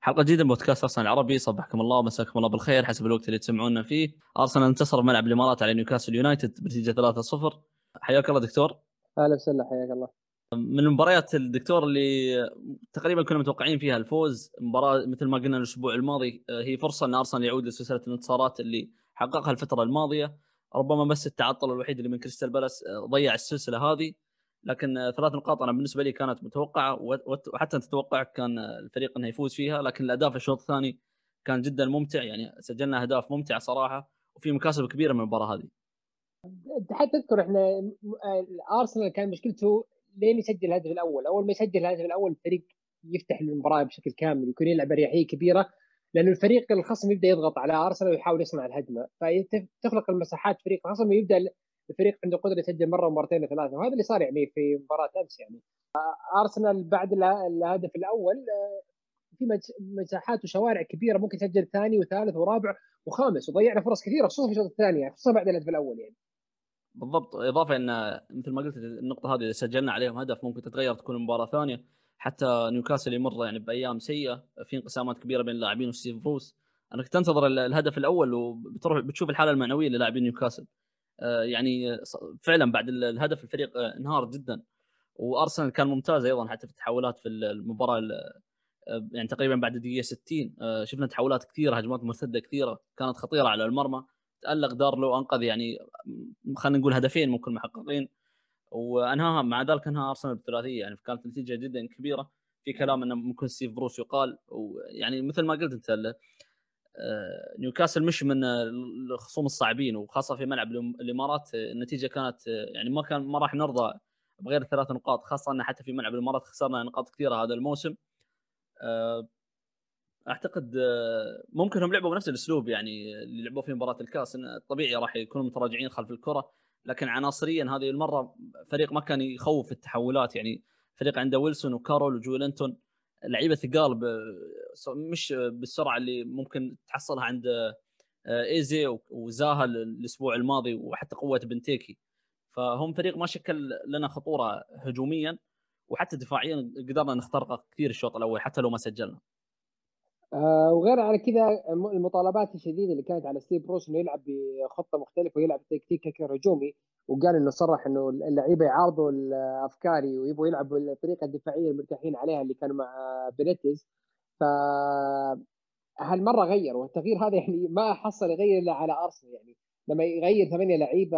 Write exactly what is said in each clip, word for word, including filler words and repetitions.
حلقة جديدة من بودكاست أرسنال العربي. صبحكم الله ومساكم الله بالخير حسب الوقت اللي تسمعونا فيه. أرسنال انتصر بملعب الإمارات على نيوكاسل يونايتد بنتيجة ثلاثة صفر. حياك الله دكتور. اهلا وسهلا، حياك الله. من المباريات الدكتور اللي تقريبا كنا متوقعين فيها الفوز. مباراة مثل ما قلنا الأسبوع الماضي هي فرصة أن أرسنال يعود لسلسلة الانتصارات اللي حققها الفترة الماضية. ربما بس التعطل الوحيد اللي من كريستال بالاس ضيع السلسلة هذه، لكن ثلاث نقاط أنا بالنسبة لي كانت متوقعة، وحتى تتوقع كان الفريق أنه يفوز فيها. لكن الأداء في الشوط الثاني كان جدا ممتع، يعني سجلنا أهداف ممتعة صراحة وفي مكاسب كبيرة من المباراة هذه. انت حتى تذكر احنا م- ارسنال كان مشكلته لين يسجل الهدف الاول. اول ما يسجل الهدف الاول الفريق يفتح المباراه بشكل كامل، يكون يلعب باريحيه كبيره، لانه الفريق الخصم يبدا يضغط على ارسنال ويحاول يصنع الهجمه، فتخلق المساحات فريق الخصم ويبدا الفريق عنده قدره يسجل مره ومرتين وثلاثه، وهذا اللي صار يعني في مباراه امس. يعني ارسنال بعد اله- الهدف الاول في مج- مساحات وشوارع كبيره ممكن يسجل ثاني وثالث ورابع وخامس، وضيعنا فرص كثيره خصوصا في الشوط الثاني، يعني خصوصا بعد الهدف الاول يعني. بالضبط، اضافه ان مثل ما قلت النقطه هذه اذا سجلنا عليهم هدف ممكن تتغير تكون مباراه ثانيه. حتى نيوكاسل يمر يعني بايام سيئه، في انقسامات كبيره بين اللاعبين وستيف بروس. انا كنت انتظر ال- الهدف الاول وبتروح بتشوف الحاله المعنويه للاعبين نيوكاسل. آه، يعني ص- فعلا بعد ال- الهدف الفريق آه، انهار جدا. وارسنال كان ممتاز ايضا حتى في التحولات في المباراه. آه، يعني تقريبا بعد الدقيقه ستين آه، شفنا تحولات كثيره، هجمات مرتده كثيره كانت خطيره على المرمى. تألق دارلو، انقذ يعني خلينا نقول هدفين ممكن محققين، وانهاها مع ذلك انهى ارسنال بالثلاثيه. يعني كانت نتيجه جدا كبيره. في كلام انه ممكن ستيف بروس يقال، ويعني مثل ما قلت انت ال- آه، نيوكاسل مش من الخصوم الصعبين، وخاصه في ملعب الإم- الامارات. آه، النتيجه كانت آه، يعني ما كان ما راح نرضى بغير ثلاث نقاط، خاصه ان حتى في ملعب الامارات خسرنا نقاط كثيره هذا الموسم. آه، اعتقد آه، ممكن هم لعبوا بنفس الاسلوب يعني اللي لعبوا في مباراه الكاس، إن طبيعي راح يكونوا متراجعين خلف الكره. لكن عناصريا هذه المره فريق ما كان يخوف في التحولات. يعني فريق عنده ويلسون وكارول وجويلنتون، لعيبه ثقال ب- مش بالسرعه اللي ممكن تحصلها عند آه، ايزي وزاها الاسبوع الماضي، وحتى قوه بنتيكي. فهم فريق ما شكل لنا خطوره هجوميا، وحتى دفاعيا قدرنا نخترق كثير الشوط الاول حتى لو ما سجلنا. آه وغير على كذا الم- المطالبات الشديده اللي كانت على ستيف بروس انه يلعب بخطه مختلفه ويلعب تكتيك هيك هجومي، وقال انه صرح انه اللعيبه يعارضوا الافكار ويبغوا يلعبوا الطريقه الدفاعيه المرتاحين عليها اللي كانوا مع بينيتز. ف هالمره غير، والتغيير هذا يعني ما حصل يغير الا على ارسنال. يعني لما يغير ثمانيه لعيبه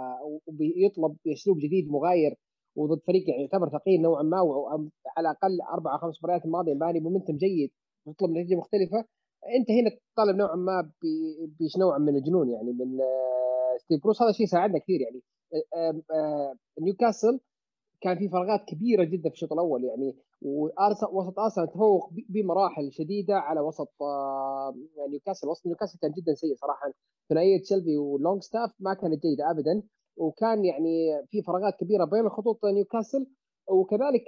وبيطلب اسلوب جديد مغاير وضد فريق يعني يعتبر ثقيل نوعا ما، وعلى الاقل اربع او خمس مباريات الماضيه باني مومنتم جيد، وتطلب نتيجه مختلفه، انت هنا تطالب نوعا ما ب- بش نوع من الجنون يعني من آه، ستيف بروس. هذا الشيء ساعدنا كثير يعني. آه، آه، نيوكاسل كان في فراغات كبيره جدا في الشوط الاول يعني، وارسنال وسط ارسنال تفوق ب- بمراحل شديده على وسط آه، نيوكاسل. وسط نيوكاسل كان جدا سيء صراحه، ثنائيه تشيلبي ولونج ستاف ما كانت جيده ابدا، وكان يعني في فراغات كبيره بين خطوط نيوكاسل، وكذلك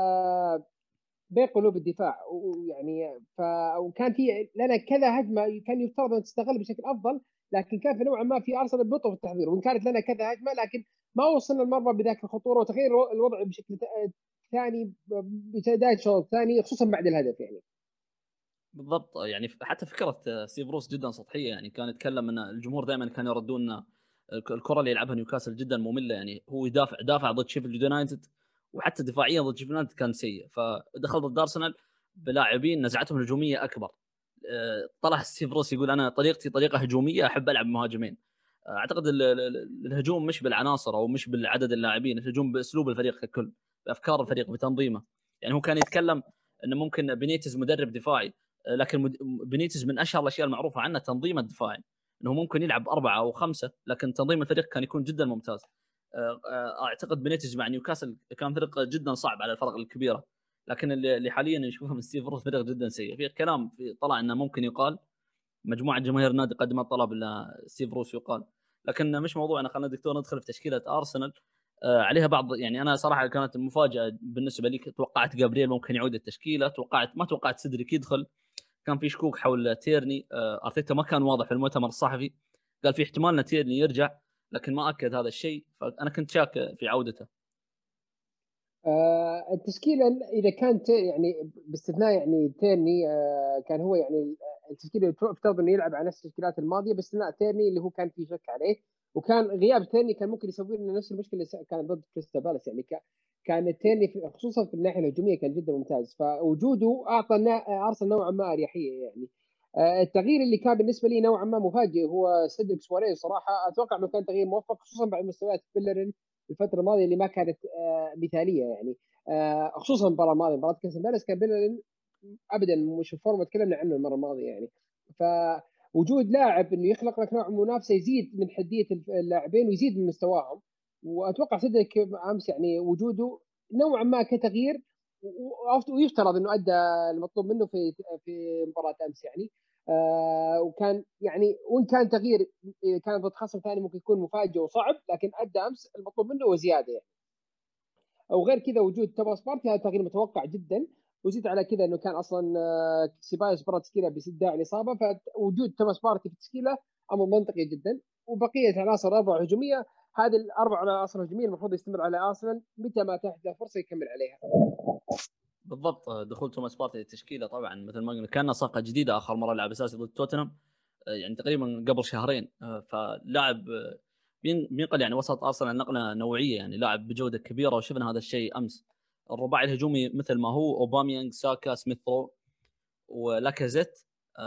آه، بين قلوب الدفاع. ويعني ف... وكان في لنا كذا هجمه كان يفترض ان تستغل بشكل افضل، لكن كان في نوعا ما في ارسنال بطء في التحضير، وان كانت لنا كذا هجمه لكن ما وصلنا المرمى بذاك الخطوره، وتغيير الوضع بشكل ثاني بدايه الشوط الثاني خصوصا بعد الهدف يعني. بالضبط، يعني حتى فكره ستيف بروس جدا سطحيه. يعني كان يتكلم ان الجمهور دائما كان يردون ان الكره اللي يلعبها نيوكاسل جدا ممله. يعني هو يدافع دافع ضد شيفيلد يونايتد، وحتى دفاعيا ضد شيفيلد يونايتد كان سيء، فدخل ضد ارسنال بلاعبين نزعتهم الهجوميه اكبر. آه، طلع ستيف بروس يقول انا طريقتي طريقه هجوميه، احب العب مهاجمين. آه، اعتقد ال- ال- الهجوم مش بالعناصر او مش بالعدد اللاعبين، الهجوم باسلوب الفريق ككل، بافكار الفريق، بتنظيمه. يعني هو كان يتكلم انه ممكن بينيتز مدرب دفاعي، لكن مد- بنيتز من اشهر الاشياء المعروفه عنه تنظيم الدفاعي، انه ممكن يلعب اربعه او خمسه لكن تنظيم الفريق كان يكون جدا ممتاز. آه، آه، اعتقد بنيتز مع نيوكاسل كان فريق جدا صعب على الفرق الكبيره، لكن اللي اللي حاليا نشوفه من ستيف روث فريق جدا سيء. في كلام في طلع انه ممكن يقال مجموعه جماهير النادي قدمت طلب لستيف روس يقال، لكن مش موضوعنا. خلينا دكتور ندخل في تشكيله ارسنال. آه، عليها بعض، يعني انا صراحه كانت مفاجاه بالنسبه لي. توقعت جابرييل ممكن يعود التشكيله، توقعت ما توقعت سيدريك يدخل. كان في شكوك حول تيرني. آه، ارتيتا ما كان واضح في المؤتمر الصحفي، قال في احتمال ان تيرني يرجع لكن ما اكد هذا الشيء، فانا كنت شاك في عودته. آه التشكيله اذا كانت يعني باستثناء يعني تيرني، آه كان هو يعني التشكيله يفترض انه يلعب على نفس التشكيلات الماضيه باستثناء تيرني اللي هو كان في شك عليه، وكان غياب تيرني كان ممكن يسوي لنا نفس المشكله اللي كانت ضد كريستال بالاس. يعني كان تيرني في خصوصا في الناحيه الهجوميه كان جدا ممتاز، فوجوده اعطى ارسنال نوعا ما اريحيه يعني. آه التغيير اللي كان بالنسبه لي نوعا ما مفاجئ هو سيدريك سواريز. صراحه اتوقع انه كان تغيير موفق خصوصا بعد مستويات بيلرين الفتره الماضيه اللي ما كانت آه مثاليه يعني. آه خصوصا المباراه الماضيه مباراه كاس بالاس كان بيلرين ابدا مش الفورمه تكلمنا عنه المره الماضيه يعني. فوجود لاعب انه يخلق لك نوع من المنافسه يزيد من حديه اللاعبين ويزيد من مستواهم. واتوقع سيدريك امس يعني وجوده نوعا ما كتغيير، ويفترض انه ادى المطلوب منه في في مباراه امس يعني. آه وكان يعني وان كان تغيير اذا كان ضد خصم ثاني ممكن يكون مفاجئ وصعب، لكن ادى امس المطلوب منه وزياده يعني. وغير كذا وجود توماس بارتي هذا تغيير متوقع جدا، وزيد على كذا انه كان اصلا سيبايوس برا تشكيله بسداع الاصابه، فوجود توماس بارتي في التشكيله امر منطقي جدا. وبقيه العناصر الاربعه هجوميه، هذه الاربع عناصر هجوميه المفروض يستمر على ارسنال متى ما تحت له فرصه يكمل عليها. بالضبط. دخول توماس بارتي للتشكيله طبعا مثل ما قلنا كان صفقه جديده، اخر مره لعب اساسي ضد توتنهام يعني تقريبا قبل شهرين. فلاعب بينقل يعني وسط ارسنال نقله نوعيه، يعني لاعب بجوده كبيره، وشفنا هذا الشيء امس. الرباعي الهجومي مثل ما هو اوباميانغ ساكا سميث رو ولاكازيت.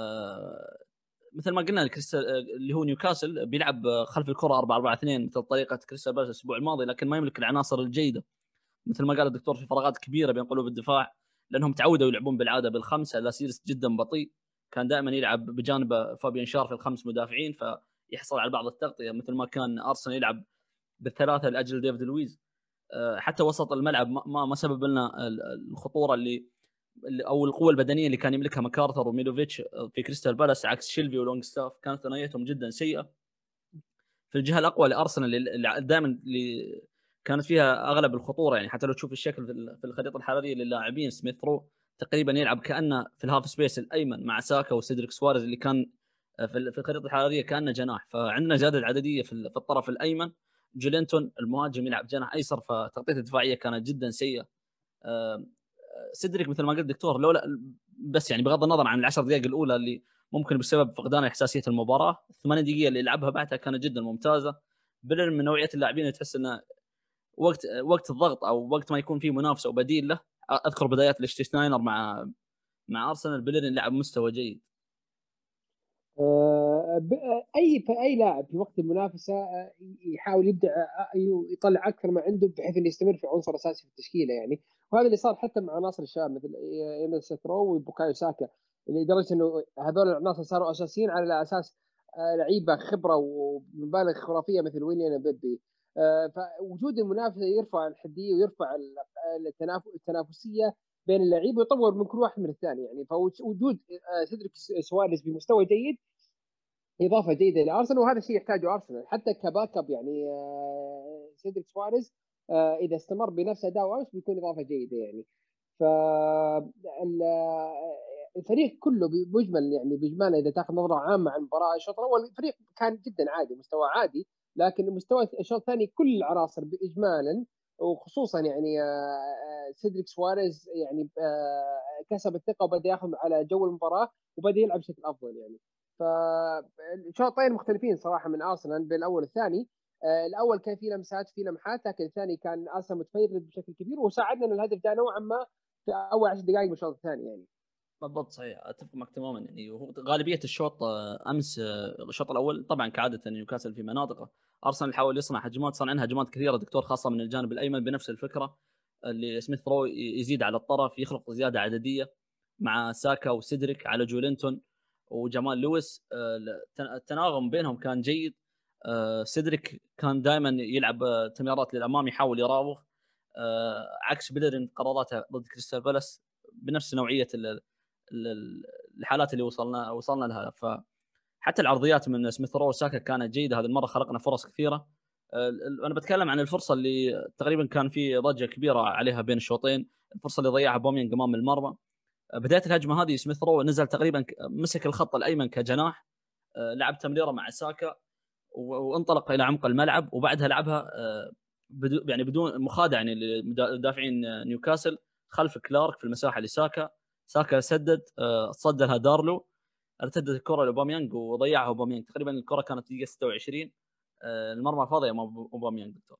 آه مثل ما قلنا الكريستال اللي هو نيوكاسل بيلعب خلف الكره أربعة أربعة اثنين مثل طريقه كريستال بالاس الاسبوع الماضي، لكن ما يملك العناصر الجيده. مثل ما قال الدكتور في فراغات كبيره بين قلوب الدفاع، لانهم تعودوا يلعبون بالعاده بالخمسه. لاسيرس جدا بطيء، كان دائما يلعب بجانبه فابيان شار في الخمس مدافعين فيحصل على بعض التغطيه، مثل ما كان ارسنال يلعب بالثلاثه لاجل ديفيد لويز. حتى وسط الملعب ما ما سبب لنا الخطوره اللي او القوه البدنيه اللي كان يملكها ماكارثر وميلوفيتش في كريستال بالاس، عكس شيلفي ولونج ستاف كانت ثنائيتهم جدا سيئه. في الجهه الاقوى لارسنال اللي دائما اللي كانت فيها اغلب الخطوره، يعني حتى لو تشوف الشكل في الخريطه الحراريه للاعبين، سميث رو تقريبا يلعب كانه في الهاف سبيس الايمن مع ساكا وسيدريك سواريز اللي كان في الخريطه الحراريه كانه جناح. فعندنا زياده عدديه في الطرف الايمن. جولينتون المهاجم يلعب جناح ايسر، فتغطيه الدفاعيه كانت جدا سيئه. سيدريك مثل ما قلت دكتور لولا بس يعني بغض النظر عن العشر دقائق الاولى اللي ممكن بسبب فقدان احساسيه المباراه، الثمان دقائق اللي لعبها بعدها كانت جدا ممتازه. بيلر من نوعيه اللاعبين اللي تحس انه وقت وقت الضغط او وقت ما يكون في منافسه وبديل له. اذكر بدايات ليشتناينر مع مع ارسنال، بيلر لعب مستوى جيد. اي اي لاعب في وقت المنافسه يحاول يبدع يطلع اكثر ما عنده بحيث انه يستمر في عنصر اساسي في التشكيله يعني. وهذا اللي صار حتى مع عناصر الشباب مثل ايميل سترو وبوكايو ساكا، لدرجه انه هذول العناصر صاروا اساسيين على اساس لعيبه خبره ومبالغ خرافيه مثل ويليام بيبي. فوجود المنافسه يرفع الحديه ويرفع التنافسيه بين اللعيبه ويطور من كل واحد من الثاني يعني. فوجود سيدريك سواريز بمستوى جيد اضافه جيده لارسنال، وهذا الشيء يحتاجه ارسنال حتى كباك اب يعني. سيدريك سواريز اذا استمر بنفس اداؤه امس بيكون اضافه جيده يعني. ف الفريق كله بمجمل يعني بجماله اذا تاخذ نظره عامه عن المباراه الشوط الاول الفريق كان جدا عادي، مستوى عادي. لكن مستوى الشوط الثاني كل العناصر باجمالا وخصوصا يعني سيدريك سواريز يعني كسب الثقه وبدا ياخذ على جو المباراه وبدا يلعب بشكل افضل يعني. فالشوطين مختلفين صراحه من ارسنال بين الاول والثاني. الاول كان في لمسات في لمحات، لكن الثاني كان ارسنال متفرد بشكل كبير وساعدنا ان الهدف ده نوعا ما في اول عشر دقائق من الشوط الثاني يعني. بالضبط صحيح، اتفق معك تماما. يعني وهو غالبيه الشوط امس الشوط الاول طبعا كعاده نيوكاسل في مناطقه، ارسنال حاول يصنع هجمات، صنع هجمات كثيره دكتور خاصه من الجانب الايمن بنفس الفكره اللي سميث رو يزيد على الطرف يخلق زياده عدديه مع ساكا وسيدريك على جولينتون وجمال لويس. التناغم بينهم كان جيد. سيدريك كان دائما يلعب تمريرات للامام يحاول يراوغ، عكس بيلرين قراراته ضد كريستال بالاس بنفس نوعيه الحالات اللي وصلنا وصلنا لها. فحتى العرضيات من سميث رو وساكا كانت جيده، هذه المره خلقنا فرص كثيره. انا بتكلم عن الفرصه اللي تقريبا كان في ضجه كبيره عليها بين الشوطين، الفرصه اللي ضيعها بومينج امام المرمى. بدايه الهجمه هذه سميث رو نزل تقريبا مسك الخط الايمن كجناح، لعب تمريره مع ساكا وانطلق الى عمق الملعب، وبعدها لعبها بدو يعني بدون مخادع يعني لمدافعين نيوكاسل خلف كلارك في المساحه لساكا. ساكا سدد، صد لها دارلو، ارتدت الكره لاوباميانج وضيعها اوباميانج. تقريبا الكره كانت دقيقه ستة وعشرين، المرمى فاضيه مع اوباميانج دكتور.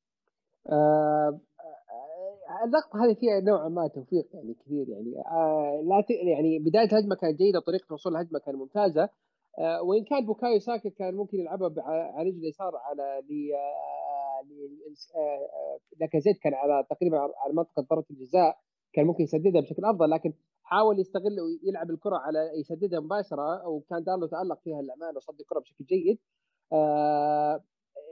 آه اللقطة هذه فيها نوعا ما توفيق يعني كثير يعني آه لا ت... يعني بداية الهجمة كانت جيدة، طريقة وصول الهجمة كانت ممتازة. آه وإن كان بوكايو ساكا كان ممكن يلعبها على رجل اليسار على ل آه ل آه لاكازيت، كان على تقريبا على منطقة ضربة الجزاء، كان ممكن يسددها بشكل أفضل، لكن حاول يستغل ويلعب الكرة على يسددها مباشرة، وكان دارلو تألق فيها الأمان وصد الكرة بشكل جيد. آه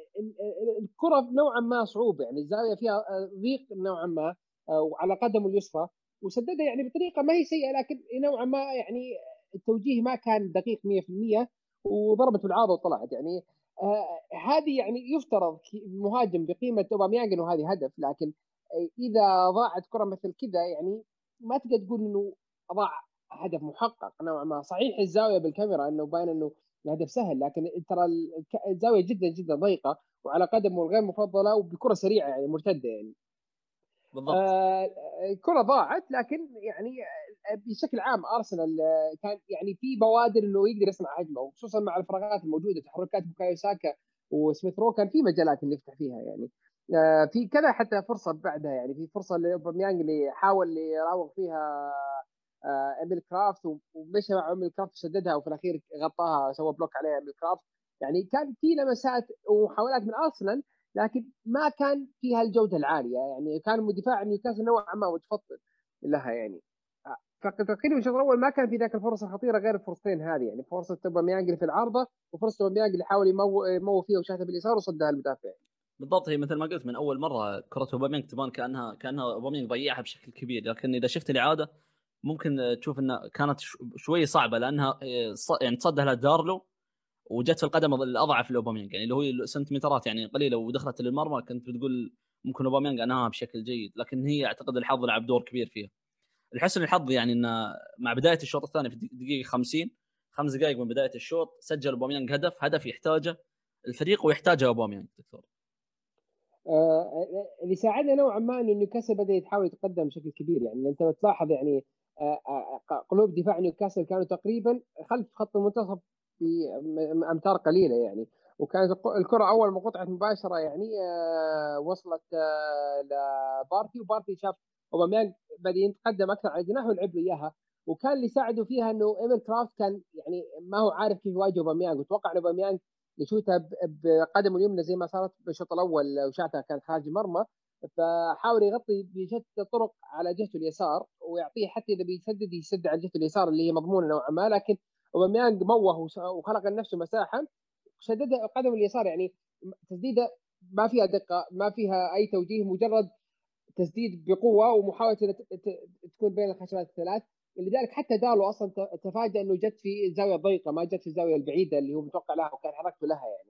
الكرة نوعا ما صعوبة، يعني الزاوية فيها ضيق نوعا ما، وعلى قدمه اليسرى، وسددها يعني بطريقة ما هي سيئة، لكن نوعا ما يعني التوجيه ما كان دقيق مية بالمية، وضربت بالعارضة وطلعت. يعني آه هذه يعني يفترض مهاجم بقيمة اوباميانج انه هذه هدف، لكن اذا ضاعت كرة مثل كذا يعني ما تقدر تقول انه ضاع هدف محقق نوعا ما. صحيح الزاوية بالكاميرا انه باين انه الهدف سهل، لكن ترى الزاوية جدا جدا ضيقة وعلى قدمه الغير مفضله وبكره سريعه يعني مرتده يعني. بالضبط. آه الكره ضاعت، لكن يعني بشكل عام ارسنال كان يعني في بوادر انه يقدر يصنع هجمه، وخصوصا مع الفراغات الموجوده، تحركات بوكايو ساكا وسميث رو كان في مجالات اللي يفتح فيها يعني. آه في كذا حتى فرصه بعدها، يعني في فرصه لاوباميانج اللي حاول يراوغ فيها آه ايميل كرافت، ومشى مع ايميل كرافت وسددها، وفي الاخير غطاها سوى بلوك عليها ايميل كرافت. يعني كان في لمسات ومحاولات من ارسنال، لكن ما كان فيها الجوده العاليه، يعني كان دفاع نيوكاسل نوعا ما متفضل لها يعني. فتقريبا الشوط الاول ما كان في ذاك الفرص الخطيره غير الفرصتين هذه، يعني فرصه اوباميانج في العارضه وفرصه اوباميانج اللي حاول يمو يمو فيها وشاتها باليسار وصدها المدافع. بالضبط، هي مثل ما قلت من اول مره كره اوباميانج تبان كانها كانها اوباميانج ضيعها بشكل كبير، لكن اذا شفت الاعاده ممكن تشوف انها كانت شوي صعبه، لانها يعني تصدها لها دارلو وجت في القدم الاضعف لاوباميانج، يعني اللي هو سنتيمترات يعني قليله ودخلت للمرمى، كنت بتقول ممكن اوباميانج انهاها بشكل جيد، لكن هي اعتقد الحظ لعب دور كبير فيها. الحسن الحظ يعني ان مع بدايه الشوط الثاني في دقيقه خمسين، خمس دقائق من بدايه الشوط، سجل اوباميانج هدف هدف يحتاجه الفريق ويحتاجه اوباميانج دكتور. آه اللي ساعدنا نوعا ما انه نيوكاسل بدا يحاول يتقدم بشكل كبير، يعني انت بتلاحظ يعني آه آه قلوب دفاع نيوكاسل كانوا تقريبا خلف خط المنتصف بامتار قليله يعني، وكانت الكره اول ما قطعت مباشره يعني آه وصلت آه لبارتي، وبارتي شاف اوباميانج بدا يتقدم اكثر على الجناح ولعب له اياها، وكان اللي ساعده فيها انه ايميل كرافت كان يعني ما هو عارف كيف يواجه اوباميانج، وتوقع ان اوباميانج يشوتها بقدمه اليمنى زي ما صارت بالشوط الاول وشاتها كانت خارج المرمى، فحاول يغطي بشتى الطرق على جهته اليسار ويعطيه، حتى اذا بيسدد يسد على جهته اليسار اللي هي مضمونه نوعا ما، لكن اوباميانج موه وخلق لنفسه مساحه شددها قدمه اليسار، يعني تسديده ما فيها دقه ما فيها اي توجيه، مجرد تسديد بقوه ومحاوله تكون بين الخشبات الثلاث. لذلك حتى دالو اصلا تفاجأ انه جت في زاويه ضيقه ما جت في الزاويه البعيده اللي هو متوقع لها وكان حركته لها يعني.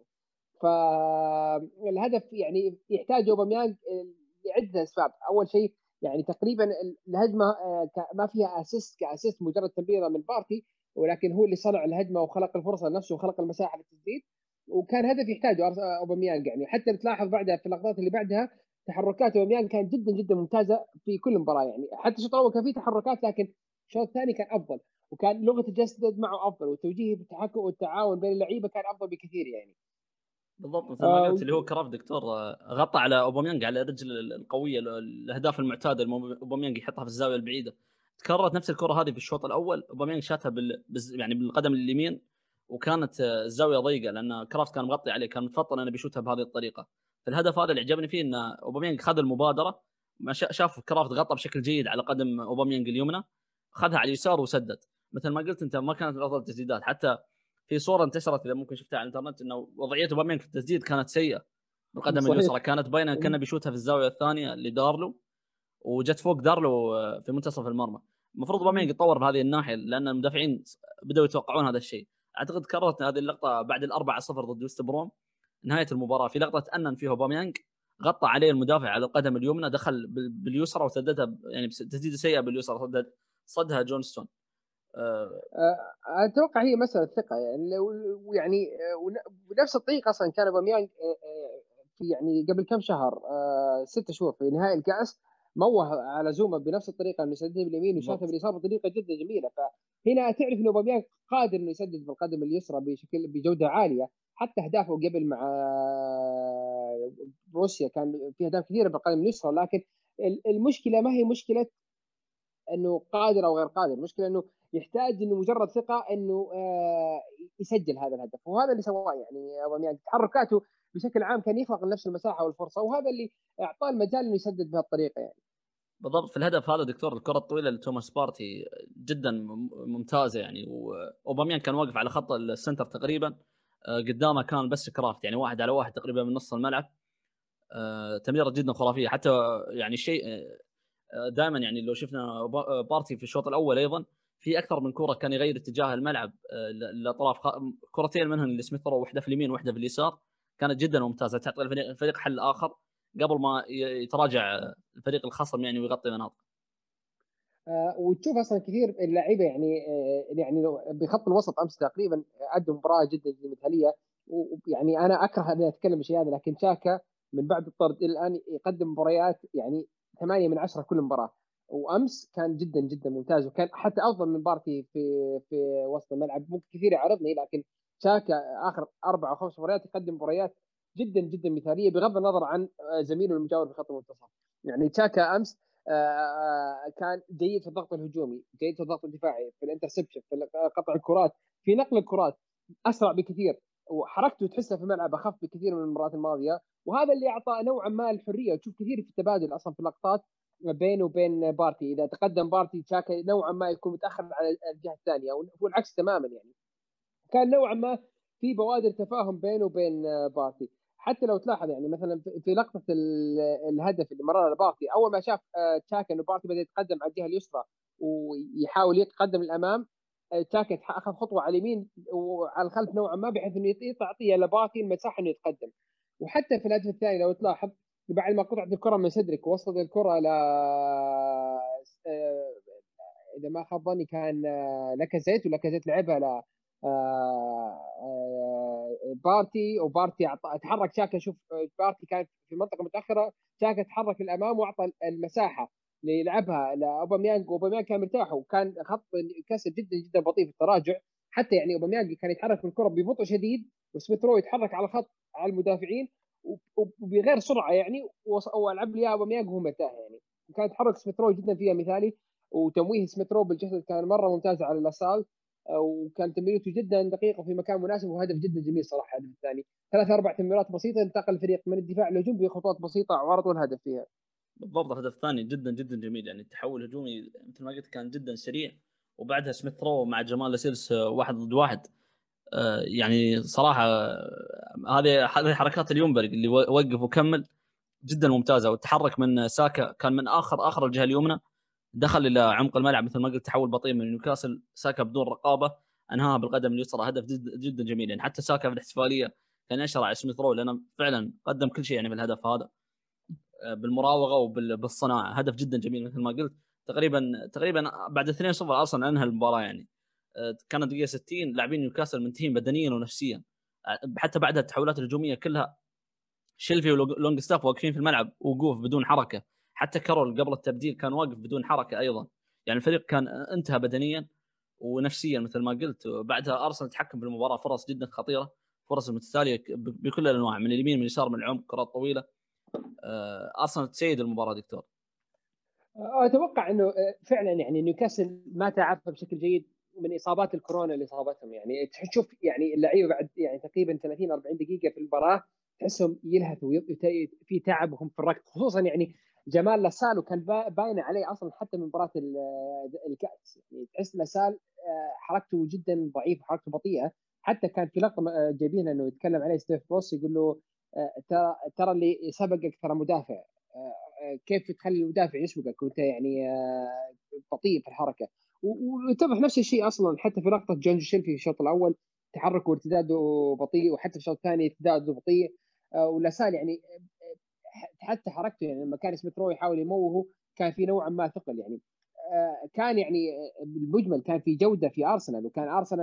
فالهدف يعني يحتاج اوباميانج لعده اسباب. اول شيء يعني تقريبا الهجمه ما فيها اسيست كاسيست، مجرد تمريره من بارتي، ولكن هو اللي صنع الهجمه وخلق الفرصه لنفسه وخلق المساحه للتسديد، وكان هدف يحتاجه اوباميانج. يعني حتى بتلاحظ بعدها في اللقطات اللي بعدها تحركات اوباميانج كانت جدا جدا ممتازه في كل مباراه، يعني حتى الشوط الاول كان فيه تحركات، لكن الشوط الثاني كان افضل، وكان لغه الجسد معه افضل، والتوجيه بالتحكم والتعاون بين اللعيبه كان افضل بكثير يعني. بالضبط مثل ما آه قلت اللي هو كراف دكتور غطى على اوباميانج على الرجل القويه، الاهداف المعتاده اللي اوباميانج يحطها في الزاويه البعيده. تكررت نفس الكره هذه في الشوط الاول، اوباميانج شاتها بال... يعني بالقدم اليمين، وكانت الزاويه ضيقه لان كرافت كان مغطي عليه، كان متفطن انه بيشوتها بهذه الطريقه. في الهدف هذا اللي عجبني فيه ان اوباميانج خذ المبادره، ما شاف كرافت غطى بشكل جيد على قدم اوباميانج اليمنى، اخذها على اليسار وسدد. مثل ما قلت انت ما كانت من افضل التسديدات، حتى في صوره انتشرت اذا ممكن شفتها على الانترنت انه وضعيه اوباميانج في التسديد كانت سيئه، بالقدم اليسرى صحيح. كانت باينه كانه بيشوتها في الزاويه الثانيه لدارلو، وجت فوق دارلو في منتصف المرمى. المفروض اوباميانج يتطور بهذه الناحيه لان المدافعين بداوا يتوقعون هذا الشيء. اعتقد كررت هذه اللقطه بعد الأربعة صفر ضد وست بروم نهايه المباراه، في لقطه انن فيها اوباميانج غطى عليه المدافع على القدم اليمنى، دخل باليسرى وسددها يعني تسديده سيئه باليسرى، صدها صدها جونستون. أه اتوقع هي مساله ثقه يعني، ويعني ونفس الطريقه اصلا كان اوباميانج في يعني قبل كم شهر آه ستة شهور في نهائي الكأس موه على زوما بنفس الطريقة إنه يسدد باليمين وشاطها بالضبط. باليسار بطريقة جدا جميلة. فهنا تعرف إنه أوباميانج قادر إنه يسدد بالقدم اليسرى بشكل بجودة عالية. حتى أهدافه قبل مع روسيا كان في أهداف كثيرة بالقدم اليسرى، لكن المشكلة ما هي مشكلة انه قادر او غير قادر، المشكله انه يحتاج انه مجرد ثقه انه آه يسجل هذا الهدف، وهذا اللي سواه يعني اوباميانج. تحركاته بشكل عام كان يخلق لنفسه المساحه والفرصه، وهذا اللي اعطاه المجال انه يسدد بهالطريقه يعني. بالضبط في الهدف هذا دكتور الكره الطويله لتوماس بارتي جدا ممتازه يعني، واوباميان كان واقف على خط السنتر تقريبا، قدامه كان بس كرافت يعني واحد على واحد تقريبا من نص الملعب. تمريره جدا خرافيه. حتى يعني شيء دائما يعني لو شفنا بارتي في الشوط الاول ايضا في اكثر من كره كان يغير اتجاه الملعب لاطراف، كرتين منهم لسميث رو، واحده في اليمين واحده في اليسار، كانت جدا ممتازه تعطي الفريق الفريق حل اخر قبل ما يتراجع الفريق الخصم يعني ويغطي مناطق. آه وتشوف اصلا كثير اللعيبه يعني آه يعني بخط الوسط امس تقريبا ادوا مباراه جدا جدا مثاليه. ويعني انا اكره اني اتكلم بالشيء هذا، لكن شاكا من بعد الطرد الى الان يقدم مباريات يعني ثمانية من عشرة كل مباراه. وامس كان جدا جدا ممتاز، وكان حتى افضل من بارتي في في وسط الملعب. ممكن كثير يعرضني، لكن شاكا اخر اربع او خمس مباريات يقدم مباريات جدا جدا مثاليه بغض النظر عن زميله المجاور في خط المنتصف. يعني شاكا امس آه كان جيد في الضغط الهجومي، جيد في الضغط الدفاعي، في الانترسبشن، في قطع الكرات، في نقل الكرات اسرع بكثير، وحركته تحسها في الملعب اخف بكثير من المباريات الماضيه. وهذا اللي اعطى نوعا ما الحريه. وتشوف كثير في التبادل اصلا في اللقطات بينه وبين بارتي، اذا تقدم بارتي تشاكا نوعا ما يكون متاخر على الجهه الثانيه، والعكس تماما يعني. كان نوعا ما في بوادر تفاهم بينه وبين بارتي. حتى لو تلاحظ يعني مثلا في لقطه الهدف اللي مرر لبارتي، اول ما شاف تشاكا انه بارتي بدا يتقدم على الجهه اليسرى ويحاول يتقدم للامام، تشاكا اخذ خطوه على اليمين وعلى الخلف نوعا ما بحيث انه يعطي لبارتي المساحه انه يتقدم. وحتى في الهدف الثاني لو تلاحظ بعد ما قطعت الكره من سدريك ووصلت الكره ل اذا ما خاب ظني كان لاكازيت، ولاكازيت لعبها ل بارتي، وبارتي تحرك شاكا. شوف بارتي كان في منطقه متاخره، شاكا تحرك للامام واعطى المساحه ليلعبها لاوباميانج، واوباميانج كان مرتاح، وكان خط كسر جدا جدا بطيء في التراجع. حتى يعني اوباميانج كان يتحرك بالكره ببطء شديد، وسميث رو يتحرك على خط على المدافعين وبغير سرعه يعني، والعب لي اوباميانج وهو مرتاح يعني. كان يتحرك سميث رو جدا فيها مثالي، وتمويه سميث رو بالجسد كان مره ممتاز على لاسال، وكان تمريرته جدا دقيقه في مكان مناسب، وهدف جدا جميل صراحه. الهدف الثاني ثلاث اربع تمريرات بسيطه انتقل الفريق من الدفاع للهجوم بخطوات بسيطه وعلى طول هدف فيها. بالضبط الهدف الثاني جدا جدا جميل يعني، التحول الهجومي مثل ما قلت كان جدا سريع، وبعدها سميث رو مع جمال لاسيلس واحد ضد واحد. آه يعني صراحه هذه هذه حركات اليومبرغ اللي وقف وكمل جدا ممتازه، والتحرك من ساكا كان من اخر اخر الجهه اليمنى، دخل الى عمق الملعب مثل ما قلت، تحول بطيء من نيوكاسل. ساكا بدون رقابه انهاها بالقدم اليسرى، هدف جدا, جدا جميل يعني. حتى ساكا في الاحتفاليه كان يشرع على سميث رو لانه فعلا قدم كل شيء يعني في الهدف هذا، بالمراوغه وبالصناعه. هدف جدا جميل مثل ما قلت. تقريبا تقريبا بعد اثنين صفر اصلا انهى المباراه يعني. كانت دقيقه ستين لاعبين نيوكاسل منتهين بدنيا ونفسيا، حتى بعد التحولات الهجوميه كلها شيلفي ولونج ستاف واقفين في الملعب وقوف بدون حركه. حتى كارول قبل التبديل كان واقف بدون حركه ايضا. يعني الفريق كان انتهى بدنيا ونفسيا مثل ما قلت. بعدها ارسنال تحكم في المباراه، فرص جدا خطيره، فرص متتاليه بكل الانواع، من اليمين من اليسار من العمق، كرات طويله. ارسنال تسيد المباراه دكتور. اتوقع انه فعلا يعني نيوكاسل ما تعافى بشكل جيد من اصابات الكورونا اللي اصابتهم. يعني تشوف يعني اللعيبه بعد يعني تقريبا ثلاثين أربعين دقيقه في المباراه تحسهم يلهثوا في تعبهم في الركض، خصوصا يعني جمال لاسال، وكان باين عليه اصلا حتى من مباراه الكاس. يعني تحس لاسال حركته جدا ضعيفه، حركته بطيئه. حتى كان في لقطه جايبينها انه يتكلم عليه ستيف بروس، يقول له ترى ترى اللي سبقك ترى مدافع، كيف تخلي المدافع يسبقك وانت يعني بطيء في الحركه. واتضح نفس الشيء اصلا حتى في لقطه جون شيلفي في الشوط الاول، تحركه وارتداده بطيء، وحتى في الشوط الثاني ارتداده بطيء. ولاسال يعني حتى حركته يعني لما كان سميث رو يحاول يموهه كان في نوعا ما ثقل يعني. كان يعني بالمجمل كان في جوده في ارسنال، وكان ارسنال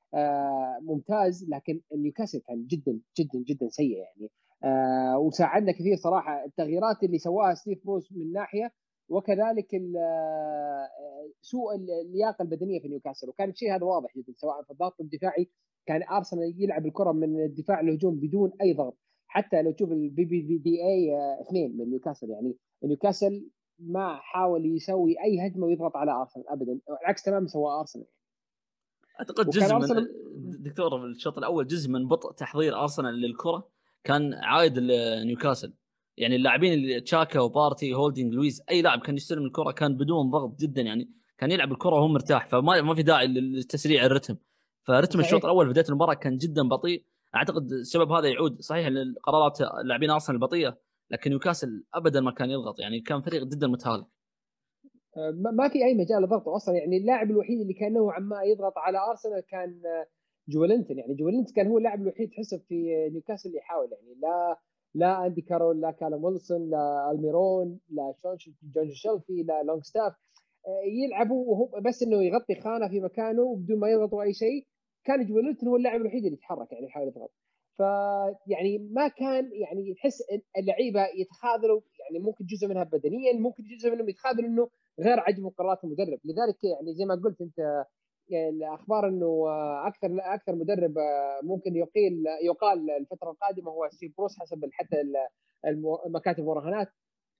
ممتاز، لكن نيوكاسل كان جدا جدا جدا سيء يعني. وساعدنا كثير صراحه التغييرات اللي سواها ستيف بروس من ناحيه، وكذلك سوء اللياقه البدنيه في نيوكاسل، وكان الشيء هذا واضح جدا سواء في الضغط الدفاعي. كان ارسنال يلعب الكره من الدفاع للهجوم بدون اي ضغط. حتى لو تشوف البي بي بي دي اي اثنين من نيوكاسل، يعني نيوكاسل ما حاول يسوي اي هجمه ويضغط على ارسنال ابدا، العكس تماما سوى ارسنال. اعتقد جزء من دكتور في الشوط الاول جزء من بطء تحضير ارسنال للكره كان عايد لنيوكاسل. يعني اللاعبين اللي تشاكا وبارتي هولدينج لويز، اي لاعب كان يستلم الكره كان بدون ضغط جدا، يعني كان يلعب الكره وهو مرتاح، فما ما في داعي للتسريع الرتم. فرتم الشوط الاول في بدايه المباراه كان جدا بطيء. اعتقد السبب هذا يعود صحيح لقرارات لاعبين ارسنال البطيئه، لكن نيوكاسل ابدا ما كان يضغط، يعني كان فريق جدا متهالك. ما في اي مجال لضغط اصلا. يعني اللاعب الوحيد اللي كان نوعا ما يضغط على ارسنال كان جوالينتون. يعني جوالينتون كان هو اللاعب الوحيد تحسه في نيوكاسل اللي يحاول، يعني لا لا اندي كارول، لا كالم ويلسون، لا الميرون، لا جون شيلفي، لا لونج ستاف يلعبوا وهو بس انه يغطي خانه في مكانه بدون ما يضغطوا اي شيء. كان جوالينتون هو اللاعب الوحيد اللي يتحرك يعني يحاول يضغط. فيعني ما كان يعني تحس اللعيبه يتخاذلوا، يعني ممكن جزء منها بدنيا، ممكن جزء منهم يتخاذلوا انه غير عجب قرارات المدرب. لذلك يعني زي ما قلت انت يعني الاخبار انه اكثر اكثر مدرب ممكن يقيل يقال الفتره القادمه هو ستيف بروس حسب حتى مكاتب المراهنات. ف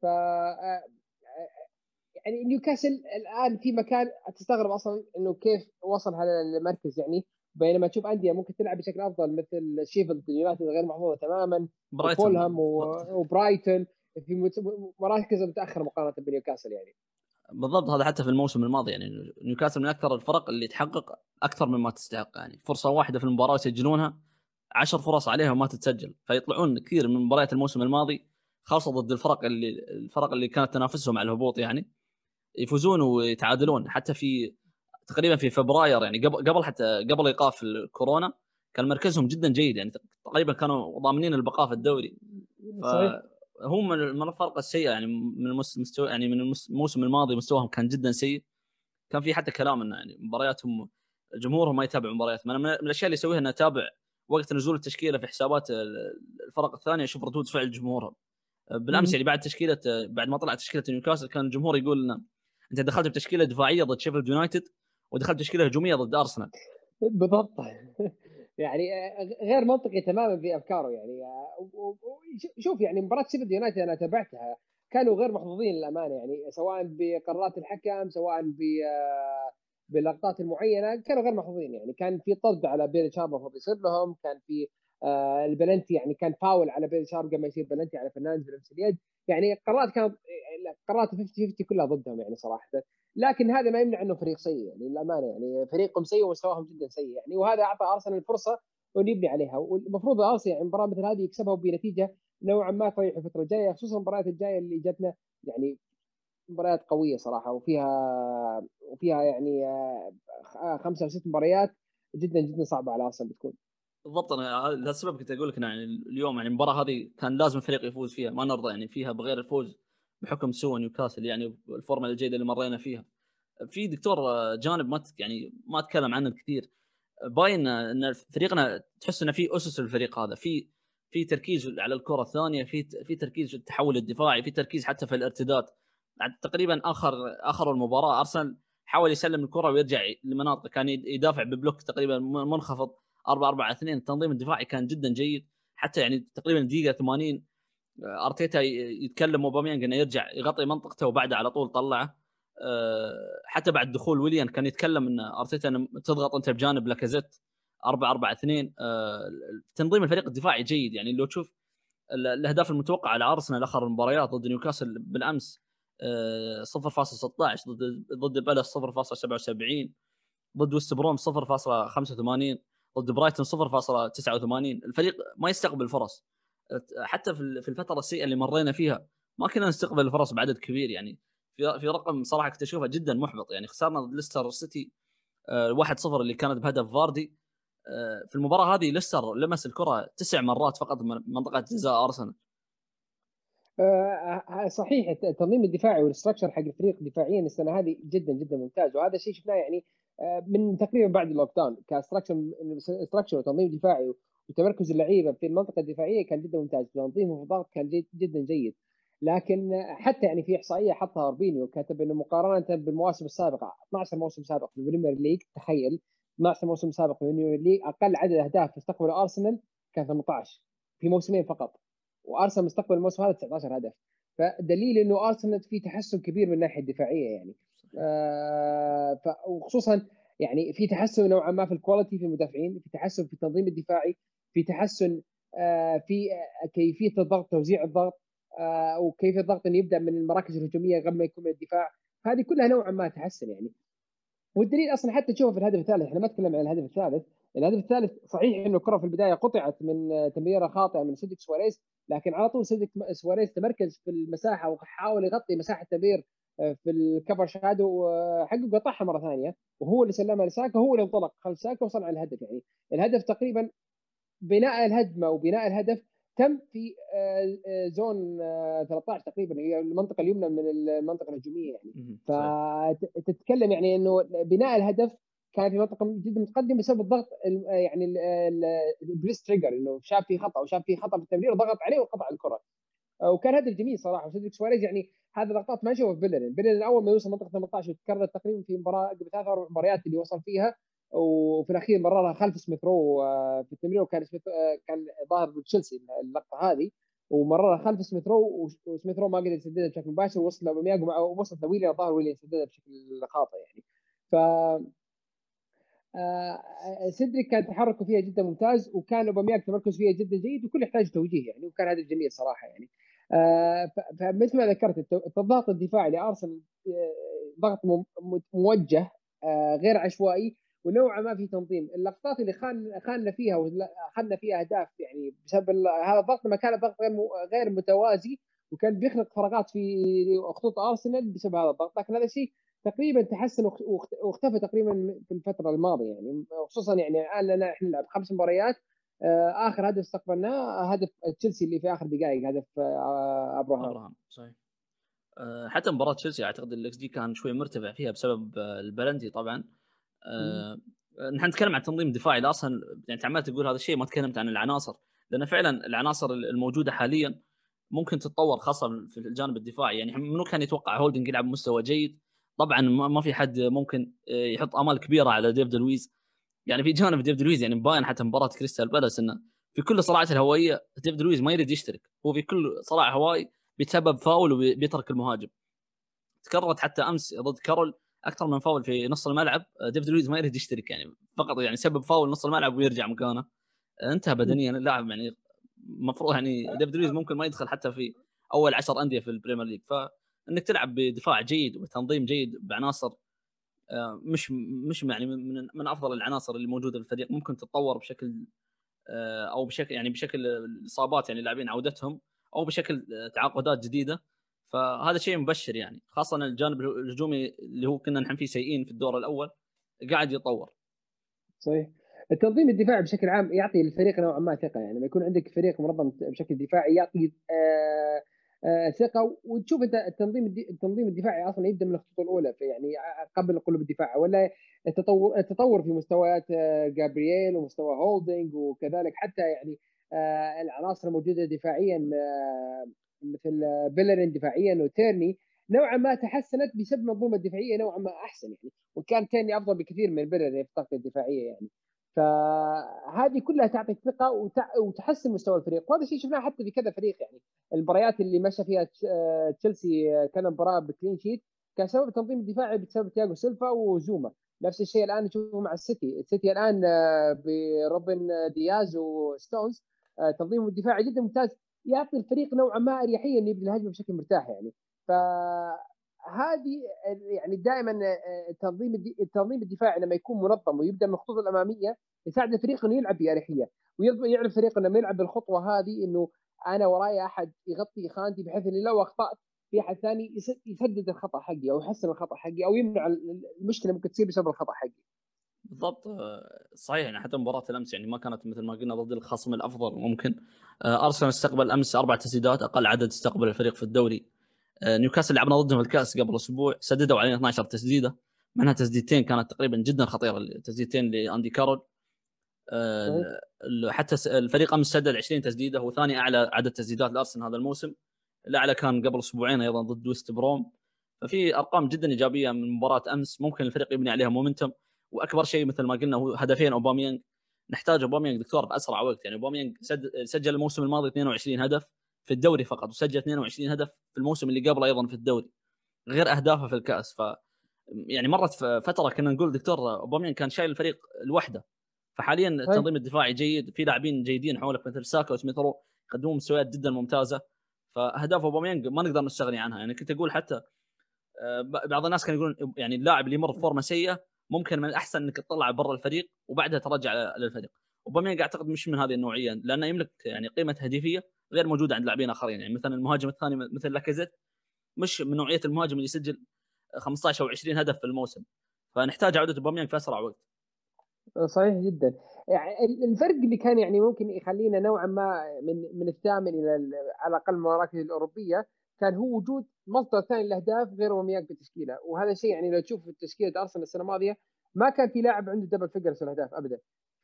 يعني نيوكاسل الان في مكان تستغرب اصلا انه كيف وصل هذا المركز، يعني بينما تشوف انديه ممكن تلعب بشكل افضل مثل شيفيلد يونايتد غير محظوظه تماما، وفولهام وبرايتون في مراكز متاخره مقارنه بنيوكاسل. يعني بالضبط، هذا حتى في الموسم الماضي يعني نيوكاسل من اكثر الفرق اللي تحقق اكثر مما تستحق، يعني فرصه واحده في المباراه يسجلونها عشر فرص عليها وما تتسجل، فيطلعون كثير من مباريات الموسم الماضي خاصه ضد الفرق اللي الفرق اللي كانت تنافسهم على الهبوط، يعني يفوزون ويتعادلون. حتى في تقريبا في فبراير، يعني قبل قبل حتى قبل ايقاف الكورونا كان مركزهم جدا جيد، يعني تقريبا كانوا ضامنين البقاء في الدوري. صحيح. هم من الفرق السيئه، يعني من المستوى يعني من الموسم الماضي مستواهم كان جدا سيء. كان في حتى كلام انه يعني مبارياتهم جمهورهم ما يتابع مباريات. من الاشياء اللي يسويها انه اتابع وقت نزول التشكيله في حسابات الفرق الثانيه، اشوف ردود فعل جمهورهم. بالامس يعني بعد تشكيله بعد ما طلعت تشكيله نيوكاسل كان الجمهور يقول لنا انت دخلت بتشكيله دفاعيه ضد شيفيلد يونايتد ودخلت تشكيله هجوميه ضد ارسنال. بالضبط. يعني غير منطقي تماما في افكاره. يعني شوف يعني مباراه شيفيلد يونايتد انا تابعتها، كانوا غير محظوظين للامانه، يعني سواء بقرارات الحكم سواء ب بلقطات المعينه كانوا غير محظوظين. يعني كان في طرد على بيل شارب المفروض يصير لهم، كان في آه البلنتي يعني كان فاول على بيل شارب قبل ما يصير بلنتي على فرنانديز بلمس اليد. يعني قرارات كانت قرارات خمسين خمسين كلها ضدهم يعني صراحه. لكن هذا ما يمنع انه فريق سيء يعني للامانه، يعني فريقهم سيء ومستواهم جدا سيء يعني، وهذا اعطى ارسنال الفرصه انه يبني عليها. والمفروض ارسنال يعني مباراه مثل هذه يكسبها بنتيجه نوعا ما طيحه الفتره الجايه، خصوصا المباريات الجايه اللي جتنا يعني مباريات قويه صراحه، وفيها وفيها يعني خمسه او ست مباريات جدا جدا صعبه على ارسنال بتكون. بالضبط، انا لهالسبب كنت اقول لك يعني اليوم يعني المباراه هذه كان لازم الفريق يفوز فيها، ما نرضى يعني فيها بغير الفوز بحكم سوء نيوكاسل يعني الفورمه الجيده اللي مرينا فيها. في دكتور جانب ما يعني ما اتكلم عنه كثير، باين ان فريقنا تحس انه في اسس الفريق هذا، في في تركيز على الكره الثانيه، في في تركيز في التحول الدفاعي، في تركيز حتى في الارتداد. تقريبا اخر اخر المباراه ارسنال حاول يسلم الكره ويرجع لمناطق، كان يدافع ببلوك تقريبا منخفض أربعة أربعة اثنين. التنظيم الدفاعي كان جدا جيد، حتى يعني تقريبا دقيقه ثمانين ارتيتا يتكلم اوباميانج انه يرجع يغطي منطقته وبعده على طول طلعه. حتى بعد دخول ويليان كان يتكلم ان ارتيتا أن تضغط انت بجانب لاكازيت. أربعة أربعة اثنين. تنظيم الفريق الدفاعي جيد، يعني لو تشوف الاهداف المتوقعه على ارسنال اخر المباريات ضد نيوكاسل بالامس صفر فاصلة ستة عشر، ضد ضد بالاس صفر فاصلة سبعة وسبعين، ضد وست بروم صفر فاصلة خمسة وثمانين، ضد برايتون صفر فاصلة تسعة وثمانين. الفريق ما يستقبل فرص، حتى في الفتره السيئه اللي مرينا فيها ما كنا نستقبل الفرص بعدد كبير. يعني في في رقم صراحه كنت اشوفه جدا محبط، يعني خسرنا ضد ليستر سيتي واحد صفر اللي كانت بهدف فاردي. في المباراه هذه ليستر لمس الكره تسع مرات فقط من منطقه جزاء ارسنال. آه صحيح، التنظيم الدفاعي والاستراكشر حق الفريق دفاعيا السنه هذه جدا جدا ممتاز، وهذا الشيء شفناه يعني من تقريبا بعد اللوك داون كستراكشن ستراكشر وتنظيم دفاعي وتمركز اللعيبه في المنطقه الدفاعيه كان جدا ممتاز، تنظيمهم في الضغط كان جد جدا جيد. لكن حتى يعني في احصائيه حطها اربينيو كتب انه مقارنه بالمواسم السابقه اثنا عشر موسم سابق في البريمير ليج، تخيل اثنا عشر موسم سابق في البريمير ليج اقل عدد اهداف استقبله ارسنال كان ثمانية عشر في موسمين فقط، وارسنال مستقبل الموسم هذا تسعة عشر هدف، فدليل انه ارسنال في تحسن كبير من الناحيه الدفاعيه يعني. آه وخصوصا يعني في تحسن نوعا ما في الكواليتي في المدافعين، في تحسن في التنظيم الدفاعي، في تحسن آه في كيفيه الضغط، توزيع الضغط، آه وكيف الضغط انه يبدا من المراكز الهجوميه قبل ما يكون من الدفاع، هذه كلها نوعا ما تحسن يعني. والدليل اصلا حتى تشوفه في الهدف الثالث، احنا ما نتكلم عن الهدف الثالث، الهدف الثالث صحيح انه الكره في البدايه قطعت من تمريره خاطئه من سيدك سواريز، لكن على طول سيدك سواريز تمركز في المساحه وحاول يغطي مساحه تمرير في الكفر شادو حقه، قطعها مره ثانيه وهو اللي سلمها لساكا، هو اللي انطلق خلف ساكا وصنع الهدف. يعني الهدف تقريبا بناء الهجمه وبناء الهدف تم في زون ثلاثة عشر تقريبا، هي المنطقه اليمنى من المنطقه الهجوميه يعني. فتتكلم يعني انه بناء الهدف كان في منطقه جدا متقدمه بسبب الضغط يعني البريس تريجر، انه شاف في خطا وشاف في خطا في التمرير ضغط عليه وقطع الكره، وكان هدف جميل صراحه. وسيدريك سواريز يعني هذا لقطات ما نشوفها في بيلرين، بيلرين اول ما يوصل منطقه ثمانية عشر وتكرر تقريبا في مباراه قبل ثلاث اربع مباريات اللي وصل فيها، وفي الاخير مررها خلف سميث رو في التمرير، وكان سميث كان ظاهر بتشيلسي اللقطه هذه، ومررها خلف سميث رو وسميث رو ما قدر يسددها بشكل مباشر، ووصل لاوباميانج ووصل لويليان ظهر ويليان سددها بشكل خاطئ يعني. ف سيدريك كان تحركه فيها جدا ممتاز، وكان اوباميانج تمركز فيها جدا جيد، وكل يحتاج توجيه يعني، وكان هذا الجميل صراحه يعني. فمثل ما ذكرت الضغط الدفاعي لارسنال ضغط موجه غير عشوائي، ونوعا ما في تنظيم. اللقطات اللي خان خاننا فيها واخذنا فيها اهداف يعني بسبب هذا الضغط، لما كان الضغط غير غير متوازي، وكان بيخلق فراغات في خطوط ارسنال بسبب هذا الضغط. لكن هذا الشيء تقريبا تحسن واختفى تقريبا في الفتره الماضيه يعني، خصوصا يعني الان لنا احنا نلعب خمس مباريات، اخر هدف استقبلناه هدف تشيلسي اللي في اخر دقائق، هدف ابراهام ابراهام صحيح. حتى مباراه تشيلسي اعتقد الاكس دي كان شوي مرتفع فيها بسبب البلنتي طبعا. أه نحن نتكلم عن تنظيم دفاعي اصلا، يعني تعمدت تقول هذا الشيء، ما تكلمت عن العناصر، لان فعلا العناصر الموجوده حاليا ممكن تتطور خاصه في الجانب الدفاعي. يعني منو كان يتوقع هولدنج يلعب مستوى جيد؟ طبعا ما في حد ممكن يحط امال كبيره على ديفيد لويز. يعني في جانب ديفيد لويز يعني مباين حتى مباراه كريستال بالاس انه في كل الصراعات الهوائيه ديفيد لويز ما يريد يشترك، هو في كل صراع هوائي بيتسبب فاول وبيترك المهاجم. تكررت حتى امس ضد كارول اكثر من فاول في نص الملعب، ديفيد لويز ما يريد يشترك يعني، فقط يعني سبب فاول نص الملعب ويرجع مكانه، انتهى بدنيا اللاعب. يعني المفروض يعني ديفيد لويز ممكن ما يدخل حتى في اول عشر انديه في البريمير ليج. فانك تلعب بدفاع جيد وتنظيم جيد بعناصر مش مش يعني من من افضل العناصر اللي موجوده في الفريق، ممكن تتطور بشكل او بشكل يعني بشكل الاصابات يعني اللاعبين عودتهم، او بشكل تعاقدات جديده. فهذا شيء مبشر يعني، خاصه الجانب الهجومي اللي هو كنا نحن فيه سيئين في الدور الاول قاعد يتطور. صحيح. التنظيم الدفاعي بشكل عام يعطي الفريق نوعا ما ثقه، يعني لما يكون عندك فريق منظم بشكل دفاعي يعطي آه آه ثقه. وتشوف انت التنظيم التنظيم الدفاعي اصلا يبدا من الخطوط الاولى، في يعني قبل قلوب الدفاع، ولا التطور التطور في مستويات آه جابرييل ومستوى هولدنج، وكذلك حتى يعني آه العناصر الموجوده دفاعيا آه مثل بيلرين دفاعيا وتيرني نوعا ما تحسنت بسبب المنظومه الدفاعيه نوعا ما احسن يعني، وكان تيرني افضل بكثير من بيلرين في التغطيه الدفاعيه يعني. فهذه كلها تعطي ثقه وتحسن مستوى الفريق، وهذا الشيء شفناه حتى في كذا فريق يعني. المباريات اللي مشى فيها تشيلسي كان مباراه بكلين شيت كان سبب التنظيم الدفاعي بسبب تياغو سيلفا وزوما. نفس الشيء الان نشوفه مع السيتي، السيتي الان بروبن دياز وستونز تنظيمهم الدفاعي جدا ممتاز، يعطي الفريق نوعا ما اريحيه انه يبدا الهجمه بشكل مرتاح يعني. فهذه يعني دائما التنظيم التنظيم الدفاعي لما يكون منظم ويبدا من الخطوط الاماميه يساعد الفريق انه يلعب باريحيه، ويعرف الفريق انه يلعب بالخطوه هذه، انه انا وراي احد يغطي خانتي بحيث اني لو اخطات في احد ثاني يسدد الخطا حقي او يحسن الخطا حقي او يمنع المشكله ممكن تصير بسبب الخطا حقي. بالضبط صحيح. يعني حتى مباراه الامس يعني ما كانت مثل ما قلنا ضد الخصم الافضل ممكن. ارسنال استقبل امس اربع تسديدات، اقل عدد استقبل الفريق في الدوري. نيوكاسل لعبنا ضدهم الكاس قبل اسبوع سددوا علينا اثناشر تسديده، منها تسديدتين كانت تقريبا جدا خطيره، تسديدتين لاندي كارول. صحيح. حتى الفريق امس سدد عشرين تسديده، هو ثاني اعلى عدد تسديدات لارسنال هذا الموسم، الاعلى كان قبل اسبوعين ايضا ضد ويست بروم. ففي ارقام جدا ايجابيه من مباراه امس، ممكن الفريق يبني عليها مومنتم. واكبر شيء مثل ما قلنا هو هدفين اوباميانج. نحتاج اوباميانج دكتور باسرع وقت، يعني اوباميانج سجل الموسم الماضي اثنين وعشرين هدف في الدوري فقط، وسجل اثنين وعشرين هدف في الموسم اللي قبله ايضا في الدوري، غير اهدافه في الكاس. ف يعني مرت فتره كنا نقول دكتور اوباميانج كان شايل الفريق لوحده. فحاليا صحيح. التنظيم الدفاعي جيد، في لاعبين جيدين حولك مثل ساكا وسميثرو يقدمون مستويات جدا ممتازه. فاهداف اوباميانج ما نقدر نستغني عنها. يعني كنت اقول حتى بعض الناس كانوا يقولون يعني اللاعب اللي يمر بفورمه سيئه ممكن من الاحسن انك تطلع برا الفريق وبعدها ترجع للفريق. اوباميانج اعتقد مش من هذه النوعيه، لانه يملك يعني قيمه هدفيه غير موجوده عند لاعبين اخرين. يعني مثلا المهاجم الثاني مثل لاكازيت مش من نوعيه المهاجم اللي يسجل خمسة عشر او عشرين هدف في الموسم. فنحتاج عوده اوباميانج في اسرع وقت. صحيح جدا. يعني الفرق اللي كان يعني ممكن يخلينا نوعا ما من من الثامن الى ال- على الاقل المراكز الاوروبيه، كان هو وجود مصدر ثاني للاهداف غير اومياك في التشكيله. وهذا الشيء يعني لو تشوف في تشكيله ارسنال السنه الماضيه ما كان في لاعب عنده دبل فيجرز في الاهداف ابدا.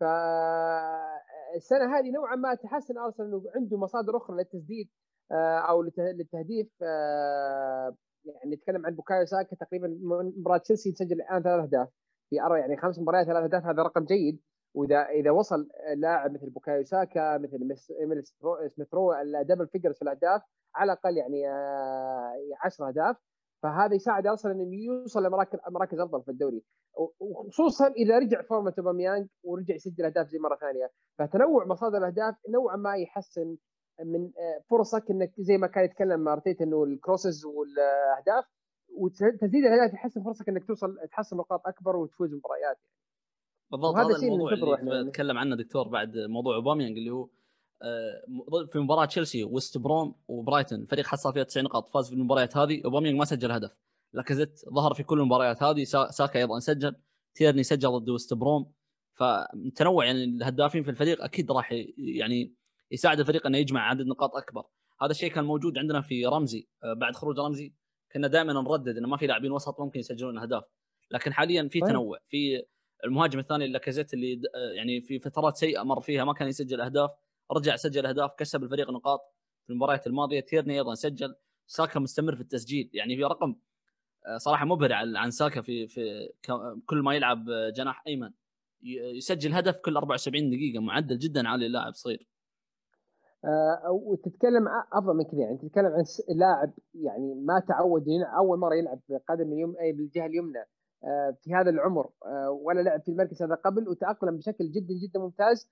فالسنه هذه نوعا ما تحسن ارسنال انه عنده مصادر اخرى للتسديد آه، او للته- للتهديف. آه، يعني نتكلم عن بوكايو ساكا، تقريبا مباراه تشيلسي مسجل الان ثلاث اهداف في أربع يعني خمس مباريات ثلاث اهداف، هذا رقم جيد. واذا اذا وصل لاعب مثل بوكايو ساكا مثل مس- ايميل سترو- سميث رو الدبل فيجرز في الاهداف على الاقل يعني عشر اهداف، فهذا يساعد ارسنال انه يوصل لمراكز مراكز افضل في الدوري، وخصوصا اذا رجع فورمه اوباميانج ورجع يسجل اهداف زي مره ثانيه. فتنوع مصادر الاهداف نوعا ما يحسن من آه، فرصك انك زي ما كان يتكلم ارتيتا انه الكروسز والاهداف وتسديد الاهداف يحسن فرصك انك توصل تحصل نقاط اكبر وتفوز بمباريات. بالضبط، وهذا هذا شيء الموضوع ننتظره اللي احنا يعني. تكلم عنه دكتور بعد موضوع اوباميانج، اللي هو آه، في مباراه تشيلسي وست بروم وبرايتون فريق حصل فيها تسع نقاط فاز في المباريات هذه، اوباميانج ما سجل هدف. لاكازيت ظهر في كل المباريات هذه، ساكا ايضا سجل، تيرني سجل ضد وست بروم. فتنوع يعني الهدافين في الفريق اكيد راح يعني يساعد الفريق انه يجمع عدد نقاط اكبر. هذا الشيء كان موجود عندنا في رمزي بعد خروج رمزي، كنا دائما نردد انه ما في لاعبين وسط ممكن يسجلون اهداف. لكن حاليا في طيب. تنوع في المهاجم الثاني لاكازيت اللي يعني في فترات سيئه مر فيها ما كان يسجل اهداف، رجع سجل اهداف كسب الفريق نقاط في المباريات الماضيه. تيرني ايضا سجل، ساكا مستمر في التسجيل، يعني في رقم صراحه مبهر عن ساكا في في كل ما يلعب جناح ايمن يسجل هدف كل أربعة وسبعين دقيقه، معدل جدا عالي للاعب صغير. آه وتتكلم افضل من كذا، يعني تتكلم عن لاعب يعني ما تعود اول مره يلعب قدم اليم اي بالجهه اليمنى آه في هذا العمر، آه ولا لعب في المركز هذا قبل، وتاقلم بشكل جدا جدا ممتاز.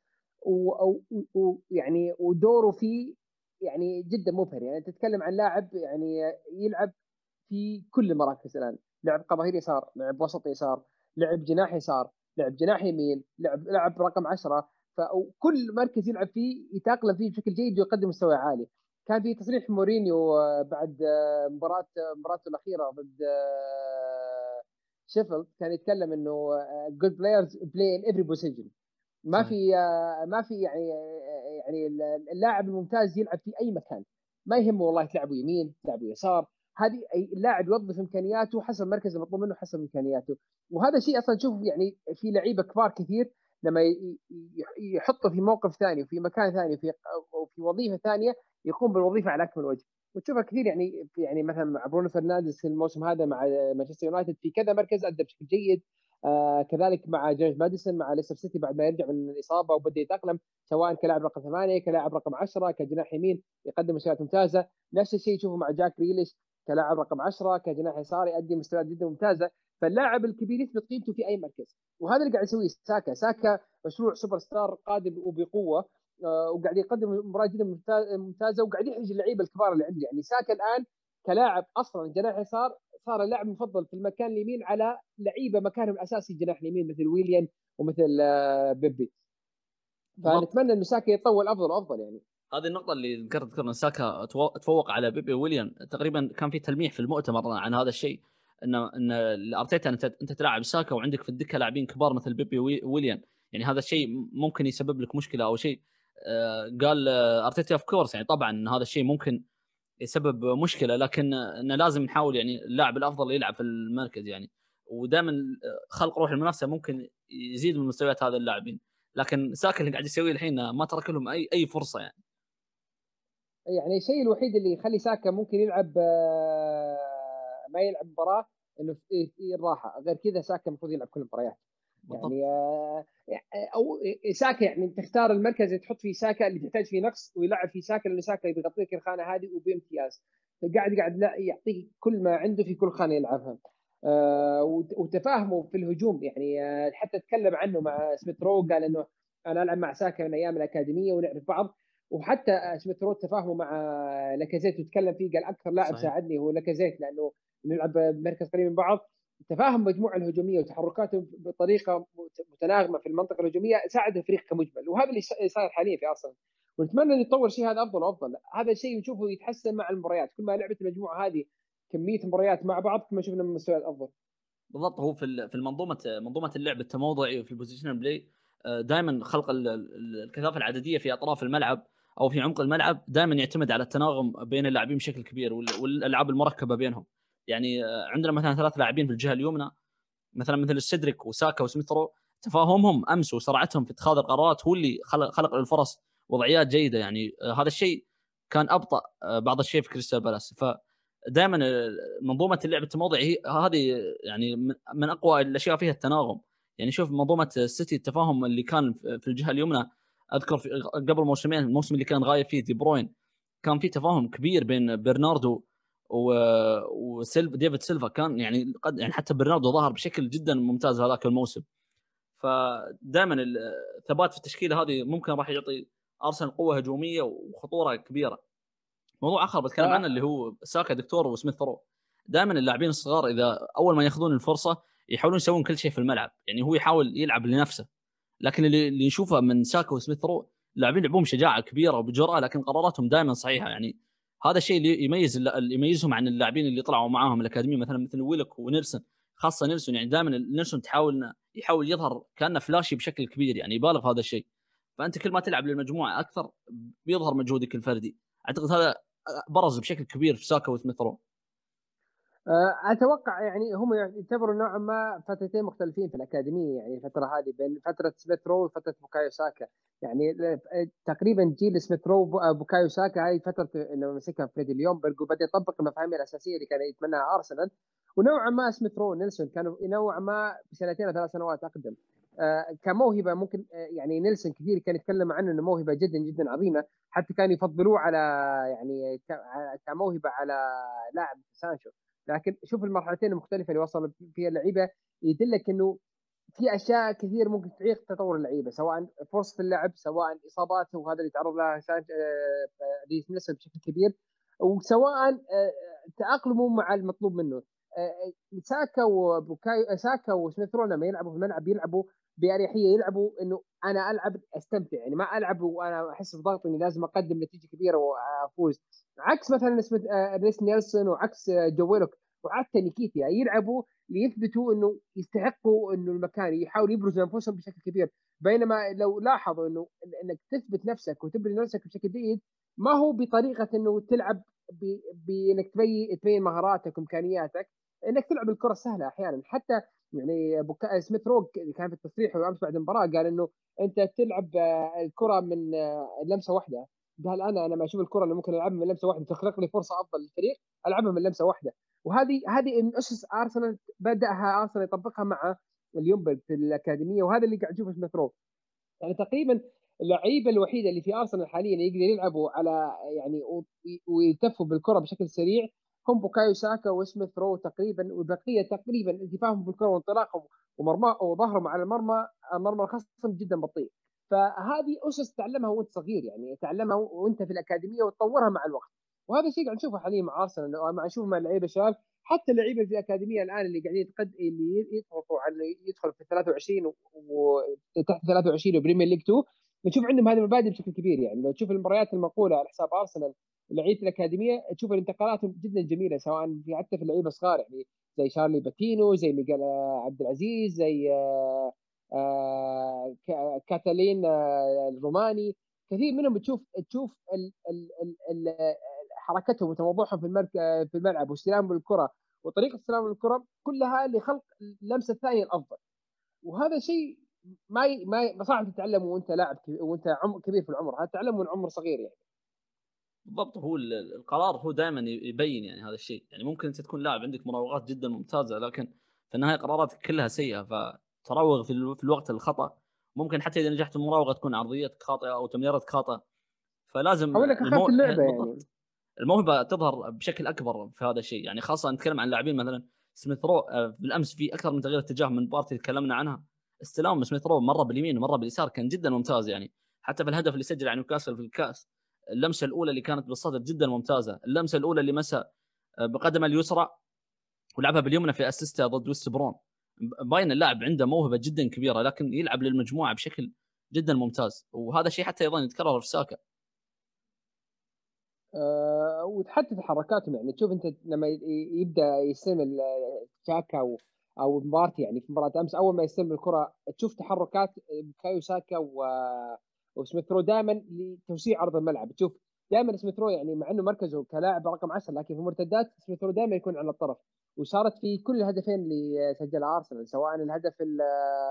ويعني ودوره فيه يعني جدا مبهر. يعني تتكلم عن لاعب يعني يلعب في كل المراكز الان، لعب قظهير يسار، لعب وسط يسار، لعب جناح يسار، لعب جناح يمين، لعب لعب رقم عشرة. فكل مركز يلعب فيه يتاقلم فيه بشكل جيد ويقدم مستوى عالي. كان في تصريح مورينيو بعد مباراه مباراته الاخيره ضد شيفيلد، كان يتكلم انه good players play in every position. ما صحيح. في ما في يعني يعني اللاعب الممتاز يلعب في اي مكان، ما يهمه والله تلعبوا يمين تلعبوا يسار. هذه اللاعب يوظف امكانياته حسب المركز المطلوب منه حسب امكانياته. وهذا شيء اصلا تشوف يعني في لعيبه كبار كثير لما يحطه في موقف ثاني وفي مكان ثاني وفي وفي وظيفه ثانيه يقوم بالوظيفه على اكمل وجه. وتشوفها كثير يعني في يعني مثلا مع برونو فرنانديز الموسم هذا مع مانشستر يونايتد في كذا مركز ادى بشكل جيد. آه كذلك مع جيمس ماديسون مع ليستر سيتي بعد ما يرجع من الاصابه وبدا يتاقلم، سواء كلاعب رقم ثمانيه كلاعب رقم عشرة كجناح يمين يقدم مستويات ممتازه. نفس الشيء تشوفه مع جاك ريليش كلاعب رقم عشرة كجناح يسار يؤدي مستويات جدا ممتازه. فاللاعب الكبير يثبت قيمته في اي مركز، وهذا اللي قاعد يسويه ساكا. ساكا مشروع سوبر ستار قادم وبقوه، آه وقاعد يقدم مباراه جدا ممتازه وقاعد يحرج اللعيبه الكبار اللي عنده. يعني ساكا الان كلاعب اصلا جناح يسار صار اللاعب المفضل في المكان اليمين على لعيبه مكانهم الاساسي جناح اليمين مثل ويليان ومثل بيبي. بالضبط، فنتمنى انه ساكا يتطور افضل وافضل يعني. هذه النقطة اللي ذكرت ذكرنا ساكا تفوق على بيبي ويليام. تقريبا كان في تلميح في المؤتمر عن هذا الشيء، ان ان ارتيتا انت انت تلعب ساكا وعندك في الدكة لاعبين كبار مثل بيبي ويليام، يعني هذا الشيء ممكن يسبب لك مشكلة او شيء. آه قال آه ارتيتا اوف كورس، يعني طبعا ان هذا الشيء ممكن يسبب مشكلة، لكن انه لازم نحاول يعني اللاعب الافضل يلعب في المركز يعني. ودائما خلق روح المنافسه ممكن يزيد من مستويات هذا اللاعبين، لكن ساكا اللي قاعد يسويه الحين ما ترك لهم اي اي فرصه يعني. يعني الشيء الوحيد اللي يخلي ساكا ممكن يلعب آه، ما يلعب مباراه انه في في الراحه، غير كذا ساكا المفروض يلعب كل المباريات. بالضبط. يعني آه، او ساكا يعني تختار المركز اللي تحط فيه ساكا اللي تحتاج فيه نقص ويلعب فيه ساكا، لانه ساكا بيغطي لك الخانه هذه وبامتياز. قاعد قاعد لا يعطيك كل ما عنده في كل خانه يلعبها. آه وتفاهمه في الهجوم يعني آه حتى تكلم عنه مع سميث رو، قال انه انا العب مع ساكا من ايام الاكاديميه ونعرف بعض. وحتى سميث رو تفاهمه مع لاكازيت وتكلم فيه، قال اكثر لاعب صحيح. ساعدني هو لاكازيت لانه نلعب بمركز قريب من بعض. تفاهم مجموعه الهجوميه وتحركاته بطريقه متناغمه في المنطقه الهجوميه ساعد الفريق كمجمل، وهذا اللي صاير حاليا في ارسنال. ونتمنى ان يتطور شيء هذا افضل وافضل. هذا الشيء نشوفه يتحسن مع المباريات، كل ما لعبت المجموعه هذه كميه مباريات مع بعض كل ما شفنا من مستويات افضل. بالضبط. هو في في المنظومه منظومه اللعب التموضعي وفي البوزيشن بلاي دائما خلق الكثافه العدديه في اطراف الملعب او في عمق الملعب دائما يعتمد على التناغم بين اللاعبين بشكل كبير والالعاب المركبه بينهم. يعني عندنا مثلا ثلاث لاعبين في الجهه اليمنى مثلا مثل السيدريك وساكا وسميثرو، تفاهمهم امس وسرعتهم في اتخاذ القرارات هو اللي خلق خلق للفرص وضعيات جيده. يعني هذا الشيء كان ابطا بعض الشيء في كريستال بالاس. فدائما منظومه اللعب التموضعي هذه يعني من اقوى الاشياء فيها التناغم. يعني شوف منظومه السيتي التفاهم اللي كان في الجهه اليمنى، اذكر في قبل موسمين الموسم اللي كان غايب فيه دي بروين كان في تفاهم كبير بين برناردو وسيلف ديفيد سيلفا. كان يعني قد يعني حتى برناردو ظهر بشكل جدا ممتاز هذاك الموسم. فدائما الثبات في التشكيله هذه ممكن راح يعطي ارسنال قوه هجوميه وخطوره كبيره. موضوع اخر بتكلم عنه اللي هو ساكا دكتور وسميث ثرو. دائما اللاعبين الصغار اذا اول ما ياخذون الفرصه يحاولون يسوون كل شيء في الملعب، يعني هو يحاول يلعب لنفسه. لكن اللي اللي نشوفه من ساكا وسميث ثرو لاعبين يلعبون بشجاعه كبيره وبجرأه، لكن قراراتهم دائما صحيحه. يعني هذا الشيء اللي يميز اللي يميزهم عن اللاعبين اللي طلعوا معاهم الاكاديميه مثلا مثل ويلك ونيلسون. خاصه نيلسون يعني دائما نيلسون تحاول يحاول يظهر كانه فلاشي بشكل كبير، يعني يبالغ في هذا الشيء. فانت كل ما تلعب للمجموعه اكثر بيظهر مجهودك الفردي. اعتقد هذا برز بشكل كبير في ساكا وسميث رو. اتوقع يعني هم يعتبروا نوعا ما فترتين مختلفين في الاكاديميه، يعني الفتره هذه بين فتره سميث رو وفتره بوكايو ساكا. يعني تقريبا جيل سميث رو بوكايو ساكا هاي فتره انه مسكها فريدي ليونبرغ وبدا يطبق المفاهيم الاساسيه اللي كان يتمناها ارسنال. ونوعا ما سميث رو ونيلسون كانوا نوعا ما بسنتين او ثلاث سنوات اقدم. آه كموهبه ممكن آه يعني نيلسون كثير كان يتكلم عنه انه موهبه جدا جدا عظيمه، حتى كانوا يفضلوه على يعني كموهبه على لاعب سانشو. لكن شوف المرحلتين المختلفه اللي وصل فيها اللعيبه يدلك انه في اشياء كثير ممكن تعيق تطور اللعيبه، سواء فرصه اللعب سواء اصابات وهذا اللي تعرض لها ريس نيلسون بشكل كبير، وسواء تاقلمه مع المطلوب منه. ساكا وبوكايو ساكا وسميث رو لما يلعبوا في الملعب يلعبوا باريحيه، يلعبوا انه انا العب استمتع، يعني ما العب وانا احس بضغط اني لازم اقدم نتيجه كبيره وافوز. عكس مثلا ريس نيلسون وعكس جويلوك وحتى نيكيتيا يلعبوا ليثبتوا انه يستحقوا انه المكان، يحاولوا يبرزوا انفسهم بشكل كبير. بينما لو لاحظوا انه انك تثبت نفسك وتبرز نفسك بشكل جيد، ما هو بطريقه انه تلعب بانك تبين تبين مهاراتك وامكانياتك، انك تلعب الكره السهله احيانا. حتى يعني بوكا سميث روك اللي كان في التصريح امس بعد المباراه قال انه انت تلعب الكره من لمسه واحده. قال انا انا ما اشوف الكره اللي ممكن العبها من لمسه واحده تخلق لي فرصه افضل للفريق العبها من لمسه واحده. وهذه هذه من اسس ارسنال بداها ارسنال يطبقها مع اليومبرغ في الاكاديميه، وهذا اللي قاعد نشوفه سميث رو. يعني تقريبا اللعيبه الوحيده اللي في ارسنال حاليا يقدر يلعبوا على يعني ويلتفوا بالكره بشكل سريع هم بوكايو ساكا وسميث رو تقريبا، والبقيه تقريبا التفاهم بالكره وانطلاقهم ومرمى وظهرهم على المرمى مرمى الخصم جدا بطيء. فهذه اسس تعلمها وانت صغير، يعني تعلمها وانت في الاكاديميه وتطورها مع الوقت. وهذا الشيء قاعد نشوفه حاليا مع ارسنال، مع نشوفه مع اللعيبه الشباب، حتى اللعيبه في الاكاديميه الان اللي قاعدين يتقد اللي يضغطوا على يدخل في ثلاثة وعشرين وتحت ثلاثة وعشرين وبريمير ليج اثنين، نشوف عندهم هذه المبادئ بشكل كبير. يعني لو تشوف المباريات المنقوله على حساب ارسنال لعيبه الاكاديميه تشوف الانتقالات جدا جميله، سواء في حتى في اللعيبه الصغار يعني زي شارلي باتينو زي ميغال عبد العزيز زي آآ آآ كاتالين الروماني. كثير منهم بتشوف تشوف ال ال ال ال حركتهم وتوضحهم في المرك في الملعب واستلامهم بالكره وطريقه استلام الكره كلها لخلق اللمسه الثانيه الافضل. وهذا شيء ما ي... ما ي... صعب تتعلمه وانت لاعب كبير وانت عمر كبير في العمر، هذا تعلمه من عمر صغير يعني. بالضبط، هو القرار هو دائما يبين يعني هذا الشيء. يعني ممكن انت تكون لاعب عندك مراوغات جدا ممتازه، لكن في النهايه قراراتك كلها سيئه، فتراوغ في, ال... في الوقت الخطا. ممكن حتى اذا نجحت المراوغه تكون عرضيتك خاطئه او تمريرتك خاطئه. فلازم حولك اخاف المو... اللعبه يعني. بالضبط، الموهبه تظهر بشكل اكبر في هذا الشيء. يعني خاصه نتكلم عن لاعبين مثلا سميث رو، بالامس في اكثر من تغيير اتجاه من بارتي تكلمنا عنها. استلام سميث رو مره باليمين ومره باليسار كان جدا ممتاز. يعني حتى في الهدف اللي سجل على نيوكاسل في الكاس، اللمسه الاولى اللي كانت بالصدر جدا ممتازه، اللمسه الاولى اللي مسها بقدمه اليسرى ولعبها باليمنى في اسيستا ضد ويست برون. باين اللاعب عنده موهبه جدا كبيره، لكن يلعب للمجموعه بشكل جدا ممتاز. وهذا الشيء حتى ايضا يتكرر في ساكا. أه وحتى تحركاتهم يعني تشوف انت لما ي- يبدا يستلم ال- شاكا او او مبارتي يعني في مباراه امس، اول ما يستلم الكره تشوف تحركات بوكايو ساكا و وسميث رو دائما لتوسيع ارض الملعب. تشوف دائما سميث رو يعني مع انه مركزه كلاعب رقم عشرة، لكن في المرتدات سميث رو دائما يكون على الطرف. وصارت في كل الهدفين اللي سجلها ارسنال، سواء الهدف ال-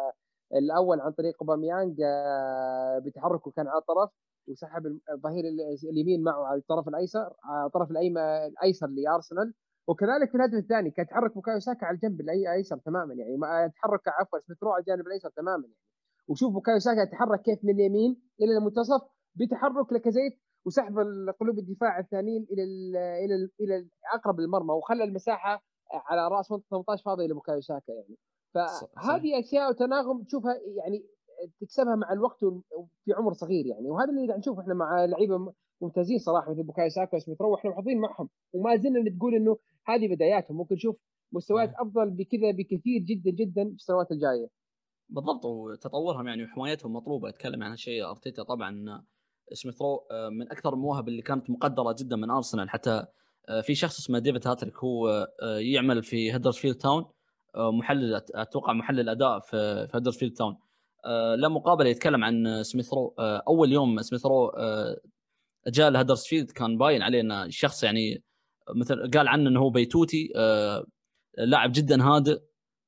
الاول عن طريق اوباميانج آه، بتحركه كان على الطرف وسحب الظهير اليمين معه على الطرف الايسر، على الطرف الايمن الايسر لارسنال. وكذلك في الهدف الثاني كان يتحرك بوكايو ساكا على الجنب الايسر تماما، يعني ما يتحرك عفوا سميث رو على الجانب الايسر تماما يعني. وشوف بوكايو ساكا يتحرك كيف من اليمين الى المنتصف بتحرك لاكازيت، وسحب قلوب الدفاع الثانيين الى ال الى ال الى اقرب للمرمى، وخلى المساحه على راس منطقه ثمانية عشر فاضيه لبوكايو ساكا يعني. صحيح. فهذه اشياء وتناغم تشوفها يعني تكسبها مع الوقت في عمر صغير يعني. وهذا اللي قاعد نشوفه احنا مع لعيبه ممتازين صراحه مثل بوكايو ساكا وسميث رو، واحنا محظوظين معهم وما زلنا تقول انه هذه بداياتهم، ممكن نشوف مستويات صحيح. افضل بكذا بكثير جدا جدا في السنوات الجايه. بالضبط، وتطورهم يعني وحمايتهم مطلوبه. اتكلم عن شيء ارتيتا طبعا. سميث رو آه، من اكثر المواهب اللي كانت مقدره جدا من ارسنال. حتى آه، في شخص اسمه ديفيد هاتريك، هو آه، يعمل في هدرسفيلد تاون، آه، محلل اتوقع محلل اداء في في هدرسفيلد تاون. آه، له مقابله يتكلم عن سميث رو. آه، اول يوم سميث رو آه، جاء لهدرسفيلد كان باين عليه انه شخص يعني مثل قال عنه انه هو بيتوتي، آه، لاعب جدا هادئ.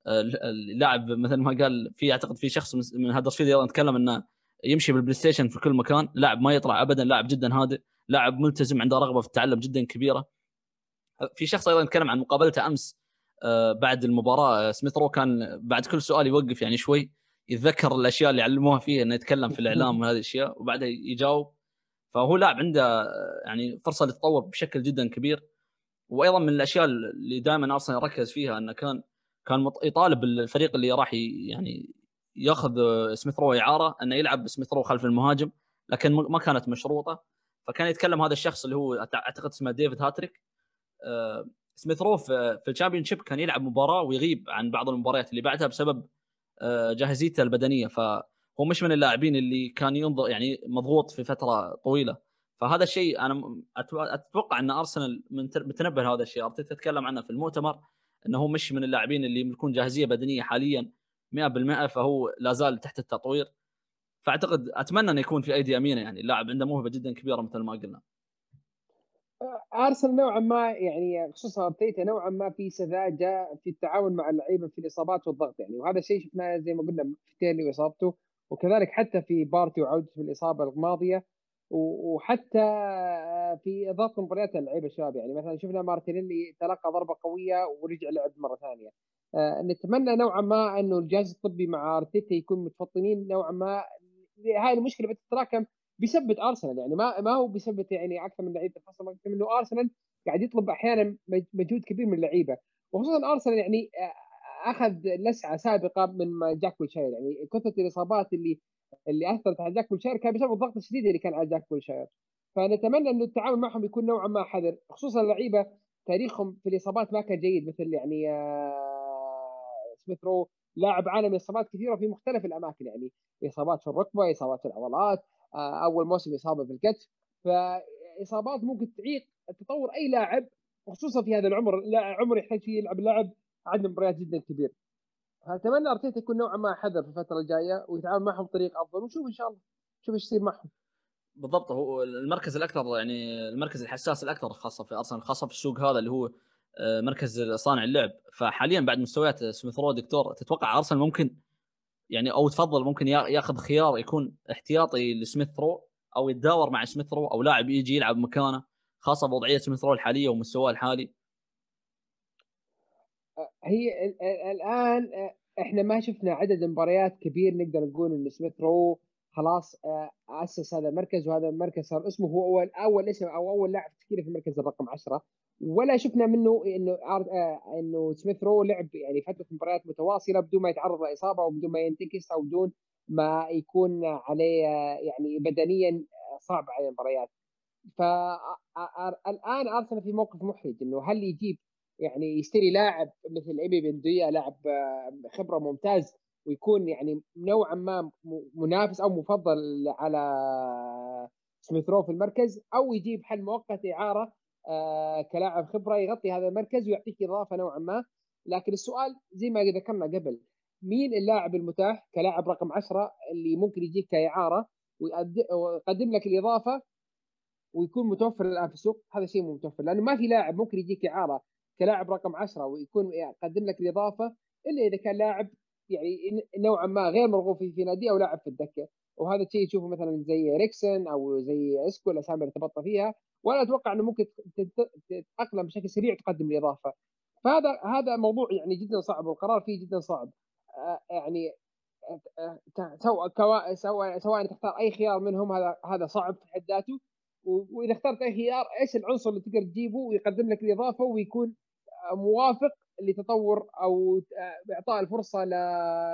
اللاعب مثل ما قال في اعتقد في شخص من هدرسفيلد ايضا تكلم انه يمشي بالبلاي ستيشن في كل مكان، لاعب ما يطلع ابدا، لاعب جدا هادئ، لاعب ملتزم، عنده رغبه في التعلم جدا كبيره. في شخص ايضا يتكلم عن مقابلته امس آه، بعد المباراه. آه، سميث رو كان بعد كل سؤال يوقف يعني شوي يتذكر الاشياء اللي علموها فيه انه يتكلم في الاعلام وهذه الاشياء، وبعدها يجاوب. فهو لاعب عنده آه، يعني فرصه للتطور بشكل جدا كبير. وايضا من الاشياء اللي دائما ارسنال يركز فيها انه كان كان يطالب الفريق اللي راح يعني ياخذ سميث رو اعاره انه يلعب سميث رو خلف المهاجم، لكن ما كانت مشروطه. فكان يتكلم هذا الشخص اللي هو اعتقد اسمه ديفيد هاتريك. آه، سميث رو في في الشامبيون شيب كان يلعب مباراه ويغيب عن بعض المباريات اللي بعدها بسبب آه، جاهزيته البدنيه. فهو مش من اللاعبين اللي كان ينظر يعني مضغوط في فتره طويله. فهذا الشيء انا اتوقع ان ارسنال متنبه لهذا الشيء. ارتيتا تتكلم عنه في المؤتمر انه هو مش من اللاعبين اللي يملكون جاهزيه بدنيه حاليا مئة بالمئة، فهو لا زال تحت التطوير. فاعتقد اتمنى انه يكون في ايدي امينه. يعني اللاعب عنده موهبه جدا كبيره مثل ما قلنا. ارسنال نوعا ما يعني خصوصا ارتيتا نوعا ما في سذاجه في التعامل مع اللعيبه في الاصابات والضغط يعني. وهذا الشيء شفناه زي ما قلنا في تيرني واصابته، وكذلك حتى في بارتي وعودته في الاصابه الماضيه، و- وحتى في ضغط مباريات اللعيبه الشباب. يعني مثلا شفنا مارتينيلي تلقى ضربه قويه ورجع لعب مره ثانيه. آه، نتمنى نوعا ما انه الجهاز الطبي مع ارتيتا يكون متفطنين نوعا ما. هاي المشكله بتتراكم بسبب ارسنال يعني، ما ما هو بسبب يعني اكثر من لعيبه الخصم، اكثر من انه ارسنال قاعد يطلب احيانا مجهود كبير من اللعيبه. وخصوصا ارسنال يعني آه، اخذ لسعه سابقه من ما جاك ويلشاير، يعني كثره الاصابات اللي اللي اثرت على جاك ويلشاير كان بسبب الضغط الشديد اللي كان على جاك ويلشاير. فنتمنى انه التعامل معهم يكون نوعا ما حذر، خصوصا اللعيبه تاريخهم في الاصابات ما كان جيد، مثل يعني آه، سميث رو لاعب عالمي اصابات كثيره في مختلف الاماكن، يعني اصابات في الركبه، اصابات في العضلات، آه، اول موسم اصابه في الكتف. فاصابات ممكن تعيق تطور اي لاعب، خصوصا في هذا العمر، لا عمر يحتاج فيه يلعب لاعب عدد مباريات جدا كبير. فاتمنى ارتيتا يكون نوعا ما حذر في الفتره الجايه ويتعامل معهم بطريقه افضل، ونشوف ان شاء الله نشوف ايش يصير معهم. بالضبط، هو المركز الاكثر يعني المركز الحساس الاكثر خاصه في ارسنال، خاصه في السوق هذا اللي هو مركز صانع اللعب. فحاليا بعد مستويات سميث رو دكتور، تتوقع ارسنال ممكن يعني، او تفضل ممكن ياخذ خيار يكون احتياطي لسميث رو، او يتداور مع سميث رو، او لاعب يجي يلعب مكانه، خاصه بوضعيه سميث رو الحاليه ومستواه الحالي؟ هي ال- ال- الان آه، احنا ما شفنا عدد مباريات كبير نقدر نقول ان سميث رو خلاص آه، اسس هذا المركز، وهذا المركز صار اسمه هو اول اول اسم او اول لاعب تشكيله في المركز الرقم عشرة. ولا شفنا منه انه عار- آه، انه سميث رو لعب يعني فتره مباريات متواصله بدون ما يتعرض لاصابه، وبدون ما ينتكس، او بدون ما يكون عليه آه، يعني بدنيا آه، صعب على المباريات. فالان ارسنال في موقف محرج، انه هل يجيب يعني يشتري لاعب مثل ايمي بندويا، لاعب آه، خبره ممتاز، ويكون يعني نوعا ما م- منافس او مفضل على سميث رو في المركز، او يجيب حل مؤقت اعاره آه، كلاعب خبره يغطي هذا المركز ويعطيك اضافه نوعا ما. لكن السؤال زي ما ذكرنا قبل، مين اللاعب المتاح كلاعب رقم عشرة اللي ممكن يجيك كاعاره ويقدم لك الاضافه ويكون متوفر الان في السوق؟ هذا شيء مو متوفر، لانه ما في لاعب ممكن يجيك اعاره كلاعب رقم عشرة ويكون يقدم لك الاضافه الا اذا كان لاعب يعني نوعا ما غير مرغوب فيه في نادي او لاعب في الدكه. وهذا الشيء تشوفه مثلا زي ريكسن او زي اسكو، الاسامي اللي ارتبطت فيها، ولا اتوقع انه ممكن تتاقلم بشكل سريع وتقدم الاضافه. فهذا هذا موضوع يعني جدا صعب، والقرار فيه جدا صعب. آه، يعني سواء سواء سواء تختار اي خيار منهم، هذا هذا صعب في حد ذاته. واذا اخترت اي خيار، ايش العنصر اللي تقدر تجيبه ويقدم لك الاضافه ويكون موافق لتطور او اعطاء الفرصه ل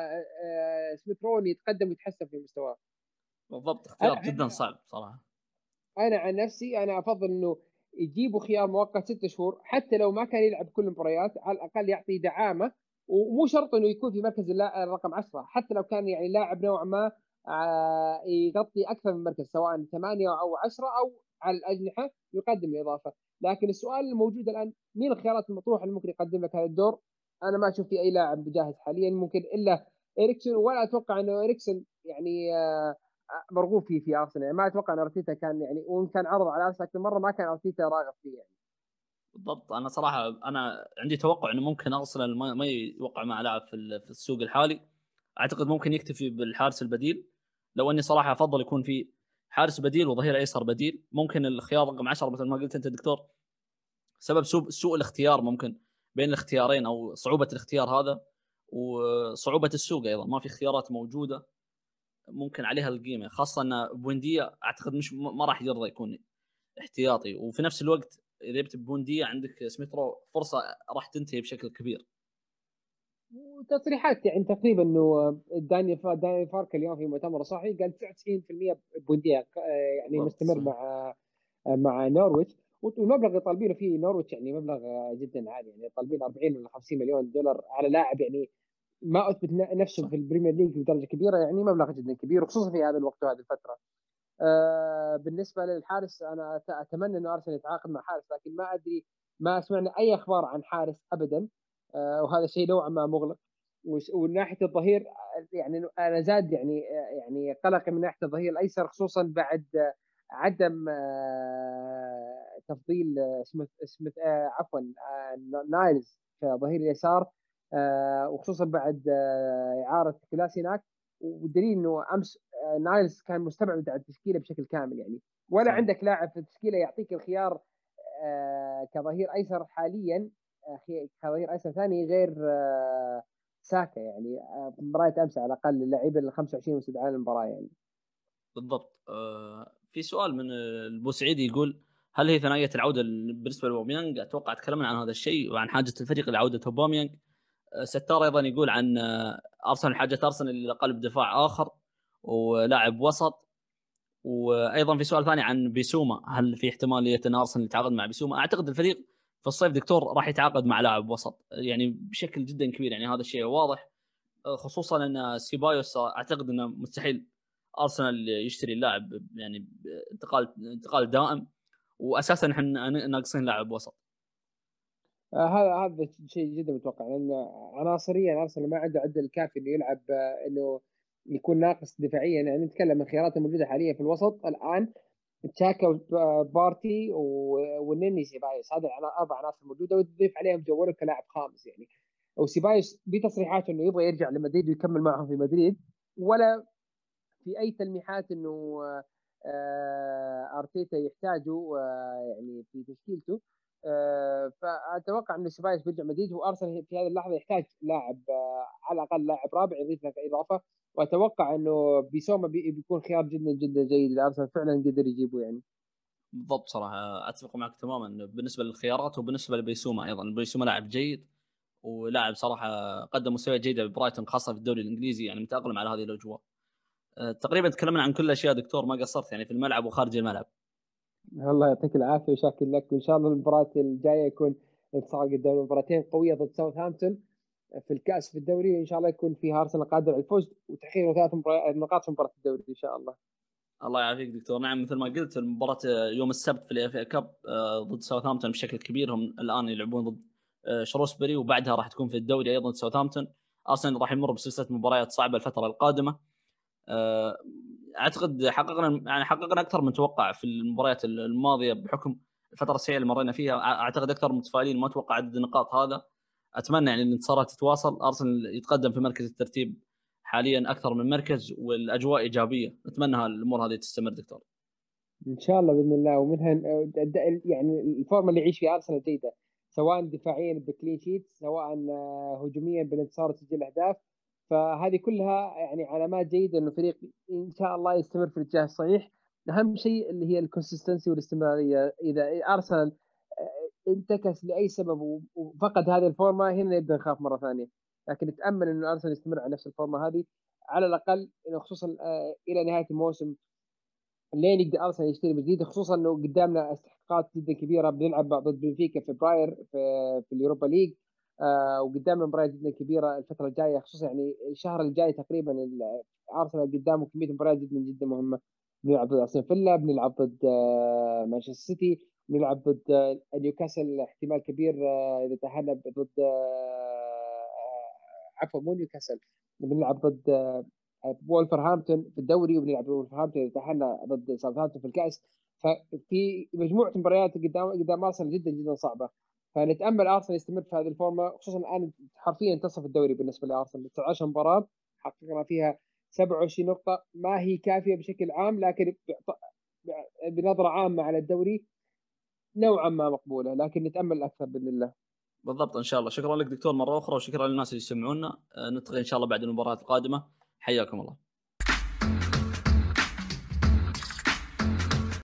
سميث رو يتقدم ويتحسن في مستواه. بالضبط، اختيار جدا انا صعب صراحه. انا عن نفسي انا افضل انه يجيبوا خيار مؤقت ست شهور، حتى لو ما كان يلعب كل المباريات، على الاقل يعطي دعامه. ومو شرط انه يكون في مركز اللا- الرقم عشرة، حتى لو كان يعني لاعب نوعا ما آه، يغطي اكثر من مركز، سواء ثمانية او عشرة او على الاجنحه، يقدم الاضافه. لكن السؤال الموجود الان، مين الخيارات المطروحه اللي ممكن يقدم لك هذا الدور؟ انا ما اشوف في اي لاعب جاهز حاليا، ممكن الا اريكسون. ولا اتوقع انه اريكسون يعني آه، مرغوب فيه في ارسنال. يعني ما اتوقع ان ارتيتا كان يعني، وان كان عرض على ارسنال اكثر مره، ما كان ارتيتا راغب فيه يعني. بالضبط، انا صراحه انا عندي توقع انه ممكن ارسنال ما, ما يوقع مع لاعب في ال- في السوق الحالي. اعتقد ممكن يكتفي بالحارس البديل. لو اني صراحه افضل يكون في حارس بديل وظهير ايسر بديل. ممكن الخيار رقم عشرة مثل ما قلت انت دكتور، سبب سوء سوء الاختيار ممكن بين الاختيارين، او صعوبه الاختيار هذا، وصعوبه السوق ايضا، ما في خيارات موجوده ممكن عليها القيمه، خاصه ان بوينديا اعتقد مش ما راح يرضى يكون احتياطي. وفي نفس الوقت اذا جبت بونديا عندك سميث رو فرصه راح تنتهي بشكل كبير. وتصريحات يعني تقريبا انه داني فا داني فارك اليوم في مؤتمر صحفي قال تسعة وتسعين بالمئة بونديا يعني بالضبط مستمر صحيح. مع مع نورويتش. والمبلغ اللي طالبينه فيه نورويتش يعني مبلغ جدا عالي، يعني طالبين أربعين ولا خمسين مليون دولار على لاعب يعني ما اثبت نفسه صح. في البريمير ليج بدرجه كبيره، يعني مبلغ جدا كبير، وخصوصا في هذا الوقت وهذه الفتره. آه بالنسبه للحارس، انا أت- اتمنى انه ارسنال يتعاقد مع حارس، لكن ما ادري، ما سمعنا اي اخبار عن حارس ابدا. آه وهذا شيء نوعا ما مغلق. وش- ومن ناحيه الظهير، آه، يعني انا زاد يعني آه، يعني قلقي من ناحيه الظهير الايسر، خصوصا بعد آه، عدم آه، تفضيل آه، سميث سميث آه، عفوا آه، نايلز كظهير اليسار. آه، وخصوصا بعد آه، اعاره كلاسيناك. والدليل انه امس نايلز كان مستبعد عن التشكيله بشكل كامل يعني. ولا صحيح. عندك لاعب في التشكيله يعطيك الخيار آه، كظهير ايسر حاليا، آه، كظهير ايسر ثاني غير آه، ساكا يعني. آه، مباراة امس على الاقل اللعيبه ال خمسة وعشرين مستدعى المباراه يعني. بالضبط. آه في سؤال من البوسعيدي يقول: هل هي ثنائيه العوده بالنسبه لاوباميانج؟ اتوقع تكلمنا عن هذا الشيء وعن حاجه الفريق لعوده اوباميانج. آه ستار ايضا يقول عن آه ارسنال، حاجه ارسنال الى قلب دفاع اخر ولاعب وسط. وايضا في سؤال ثاني عن بيسوما: هل في احتماليه ان ارسنال يتعاقد مع بيسوما؟ اعتقد الفريق في الصيف دكتور راح يتعاقد مع لاعب وسط يعني بشكل جدا كبير، يعني هذا الشيء واضح. خصوصا ان سيبايوس اعتقد انه مستحيل ارسنال يشتري اللاعب يعني انتقال انتقال دائم، واساسا احنا ناقصين لاعب وسط. آه، هذا هذا شيء جدا متوقع، لان عناصريا ارسنال ما عنده عدد الكافي انه يلعب آه، انه يكون ناقص دفاعيا. يعني نتكلم من خياراته الموجوده حاليا في الوسط الان، تشاكا وبارتي والنني سيبايوس، هذه الاربع عناصر موجوده، وتضيف عليهم جوالو كلاعب خامس يعني. وسيبايوس بتصريحات انه يبغى يرجع لمدريد ويكمل معهم في مدريد، ولا في اي تلميحات انه آه، ارتيتا يحتاجه آه، يعني في تشكيلته. آه، فاتوقع انه سيبايوس بيرجع مدريد، وارسنال في هذه اللحظه يحتاج لاعب آه، على الاقل لاعب رابع يضيف لك اضافه. واتوقع انه بيسوما بي- بيكون خيار جدا جدا جيد لارسنال، فعلا قدر يجيبه يعني. بالضبط صراحه اتفق معك تماما بالنسبه للخيارات، وبالنسبه لبيسوما ايضا. بيسوما لاعب جيد، ولاعب صراحه قدم مستويات جيده ببرايتون خاصه في الدوري الانجليزي، يعني متاقلم على هذه الاجواء. أه، تقريبا تكلمنا عن كل الاشياء دكتور، ما قصرت يعني في الملعب وخارج الملعب. الله يعطيك العافيه وشاكر لك، وان شاء الله المباراه الجايه يكون انتصار قدام مباراتين قويه ضد ساوثهامبتون في الكاس في الدوري، وان شاء الله يكون فيها ارسنال قادر على الفوز وتحقيق ثلاث نقاط في مباراه الدوري ان شاء الله. الله يعافيك دكتور. نعم مثل ما قلت، المباراة يوم السبت في الاف اي كاب آه، ضد ساوثهامبتون بشكل كبير. هم الان يلعبون ضد آه، شروسبري، وبعدها راح تكون في الدوري ايضا ساوثهامبتون. ارسنال راح يمر بسلسلة مباريات صعبة الفترة القادمة. آه، اعتقد حققنا يعني حققنا اكثر من توقع في المباريات الماضية بحكم الفترة السيئة اللي مرينا فيها. اعتقد اكثر متفائلين، ما اتوقع عدد النقاط هذا. اتمنى يعني الانتصارات تتواصل، ارسنال يتقدم في مركز الترتيب حاليا اكثر من مركز، والاجواء ايجابية. نتمنى الامور هذه تستمر دكتور. ان شاء الله باذن الله. ومنها يعني الفورمه اللي يعيش فيها ارسنال جيده، سواء دفاعيا بكلين شيت، سواء آه، هجوميا بالانتصار وتسجيل اهداف. فهذه كلها يعني علامات جيده انه فريق ان شاء الله يستمر في الاتجاه الصحيح. اهم شيء اللي هي الكونسستنسي والاستمراريه. اذا ارسنال آه، انتكس لاي سبب وفقد هذه الفورمه، هنا نبدا نخاف مره ثانيه. لكن نتامل انه ارسنال يستمر على نفس الفورمه هذه على الاقل، خصوصا آه، الى نهايه الموسم، لين يقدر ارسنال يشتري جديد. خصوصا انه قدامنا استحقاقات جدا كبيره، بنلعب ضد بنفيكا في فبراير في, في اليوروبا ليج. آه وقدامنا مباريات جدا كبيره الفتره الجايه، خصوصا يعني الشهر الجاي تقريبا ارسنال قدامه كميه مباريات جدا جدا مهمه. بنلعب ضد استون فيلا، بنلعب ضد آه مانشستر سيتي، بنلعب ضد آه نيوكاسل احتمال كبير آه اذا تاهلنا ضد آه عفوا مو نيوكاسل، بنلعب ضد آه وولفرهامبتون في الدوري، وبنلعب وولفرهامبتون اذا تاهلنا ضد ساوثهامبتون في الكاس. ففي مجموعه مباريات قدام قدام ارسنال جدا جدا صعبه. فنتامل ارسنال يستمر في هذه الفورمه، خصوصا الان حرفيا انتصف الدوري بالنسبه لارسنال. تسعة عشر مباراه حققنا فيها سبعة وعشرين نقطه، ما هي كافيه بشكل عام، لكن بنظره عامه على الدوري نوعا ما مقبوله، لكن نتامل اكثر باذن الله. بالضبط ان شاء الله. شكرا لك دكتور مره اخرى، وشكرا للناس اللي يسمعونا. آه، نلتقي ان شاء الله بعد المباراه القادمه. حياكم الله.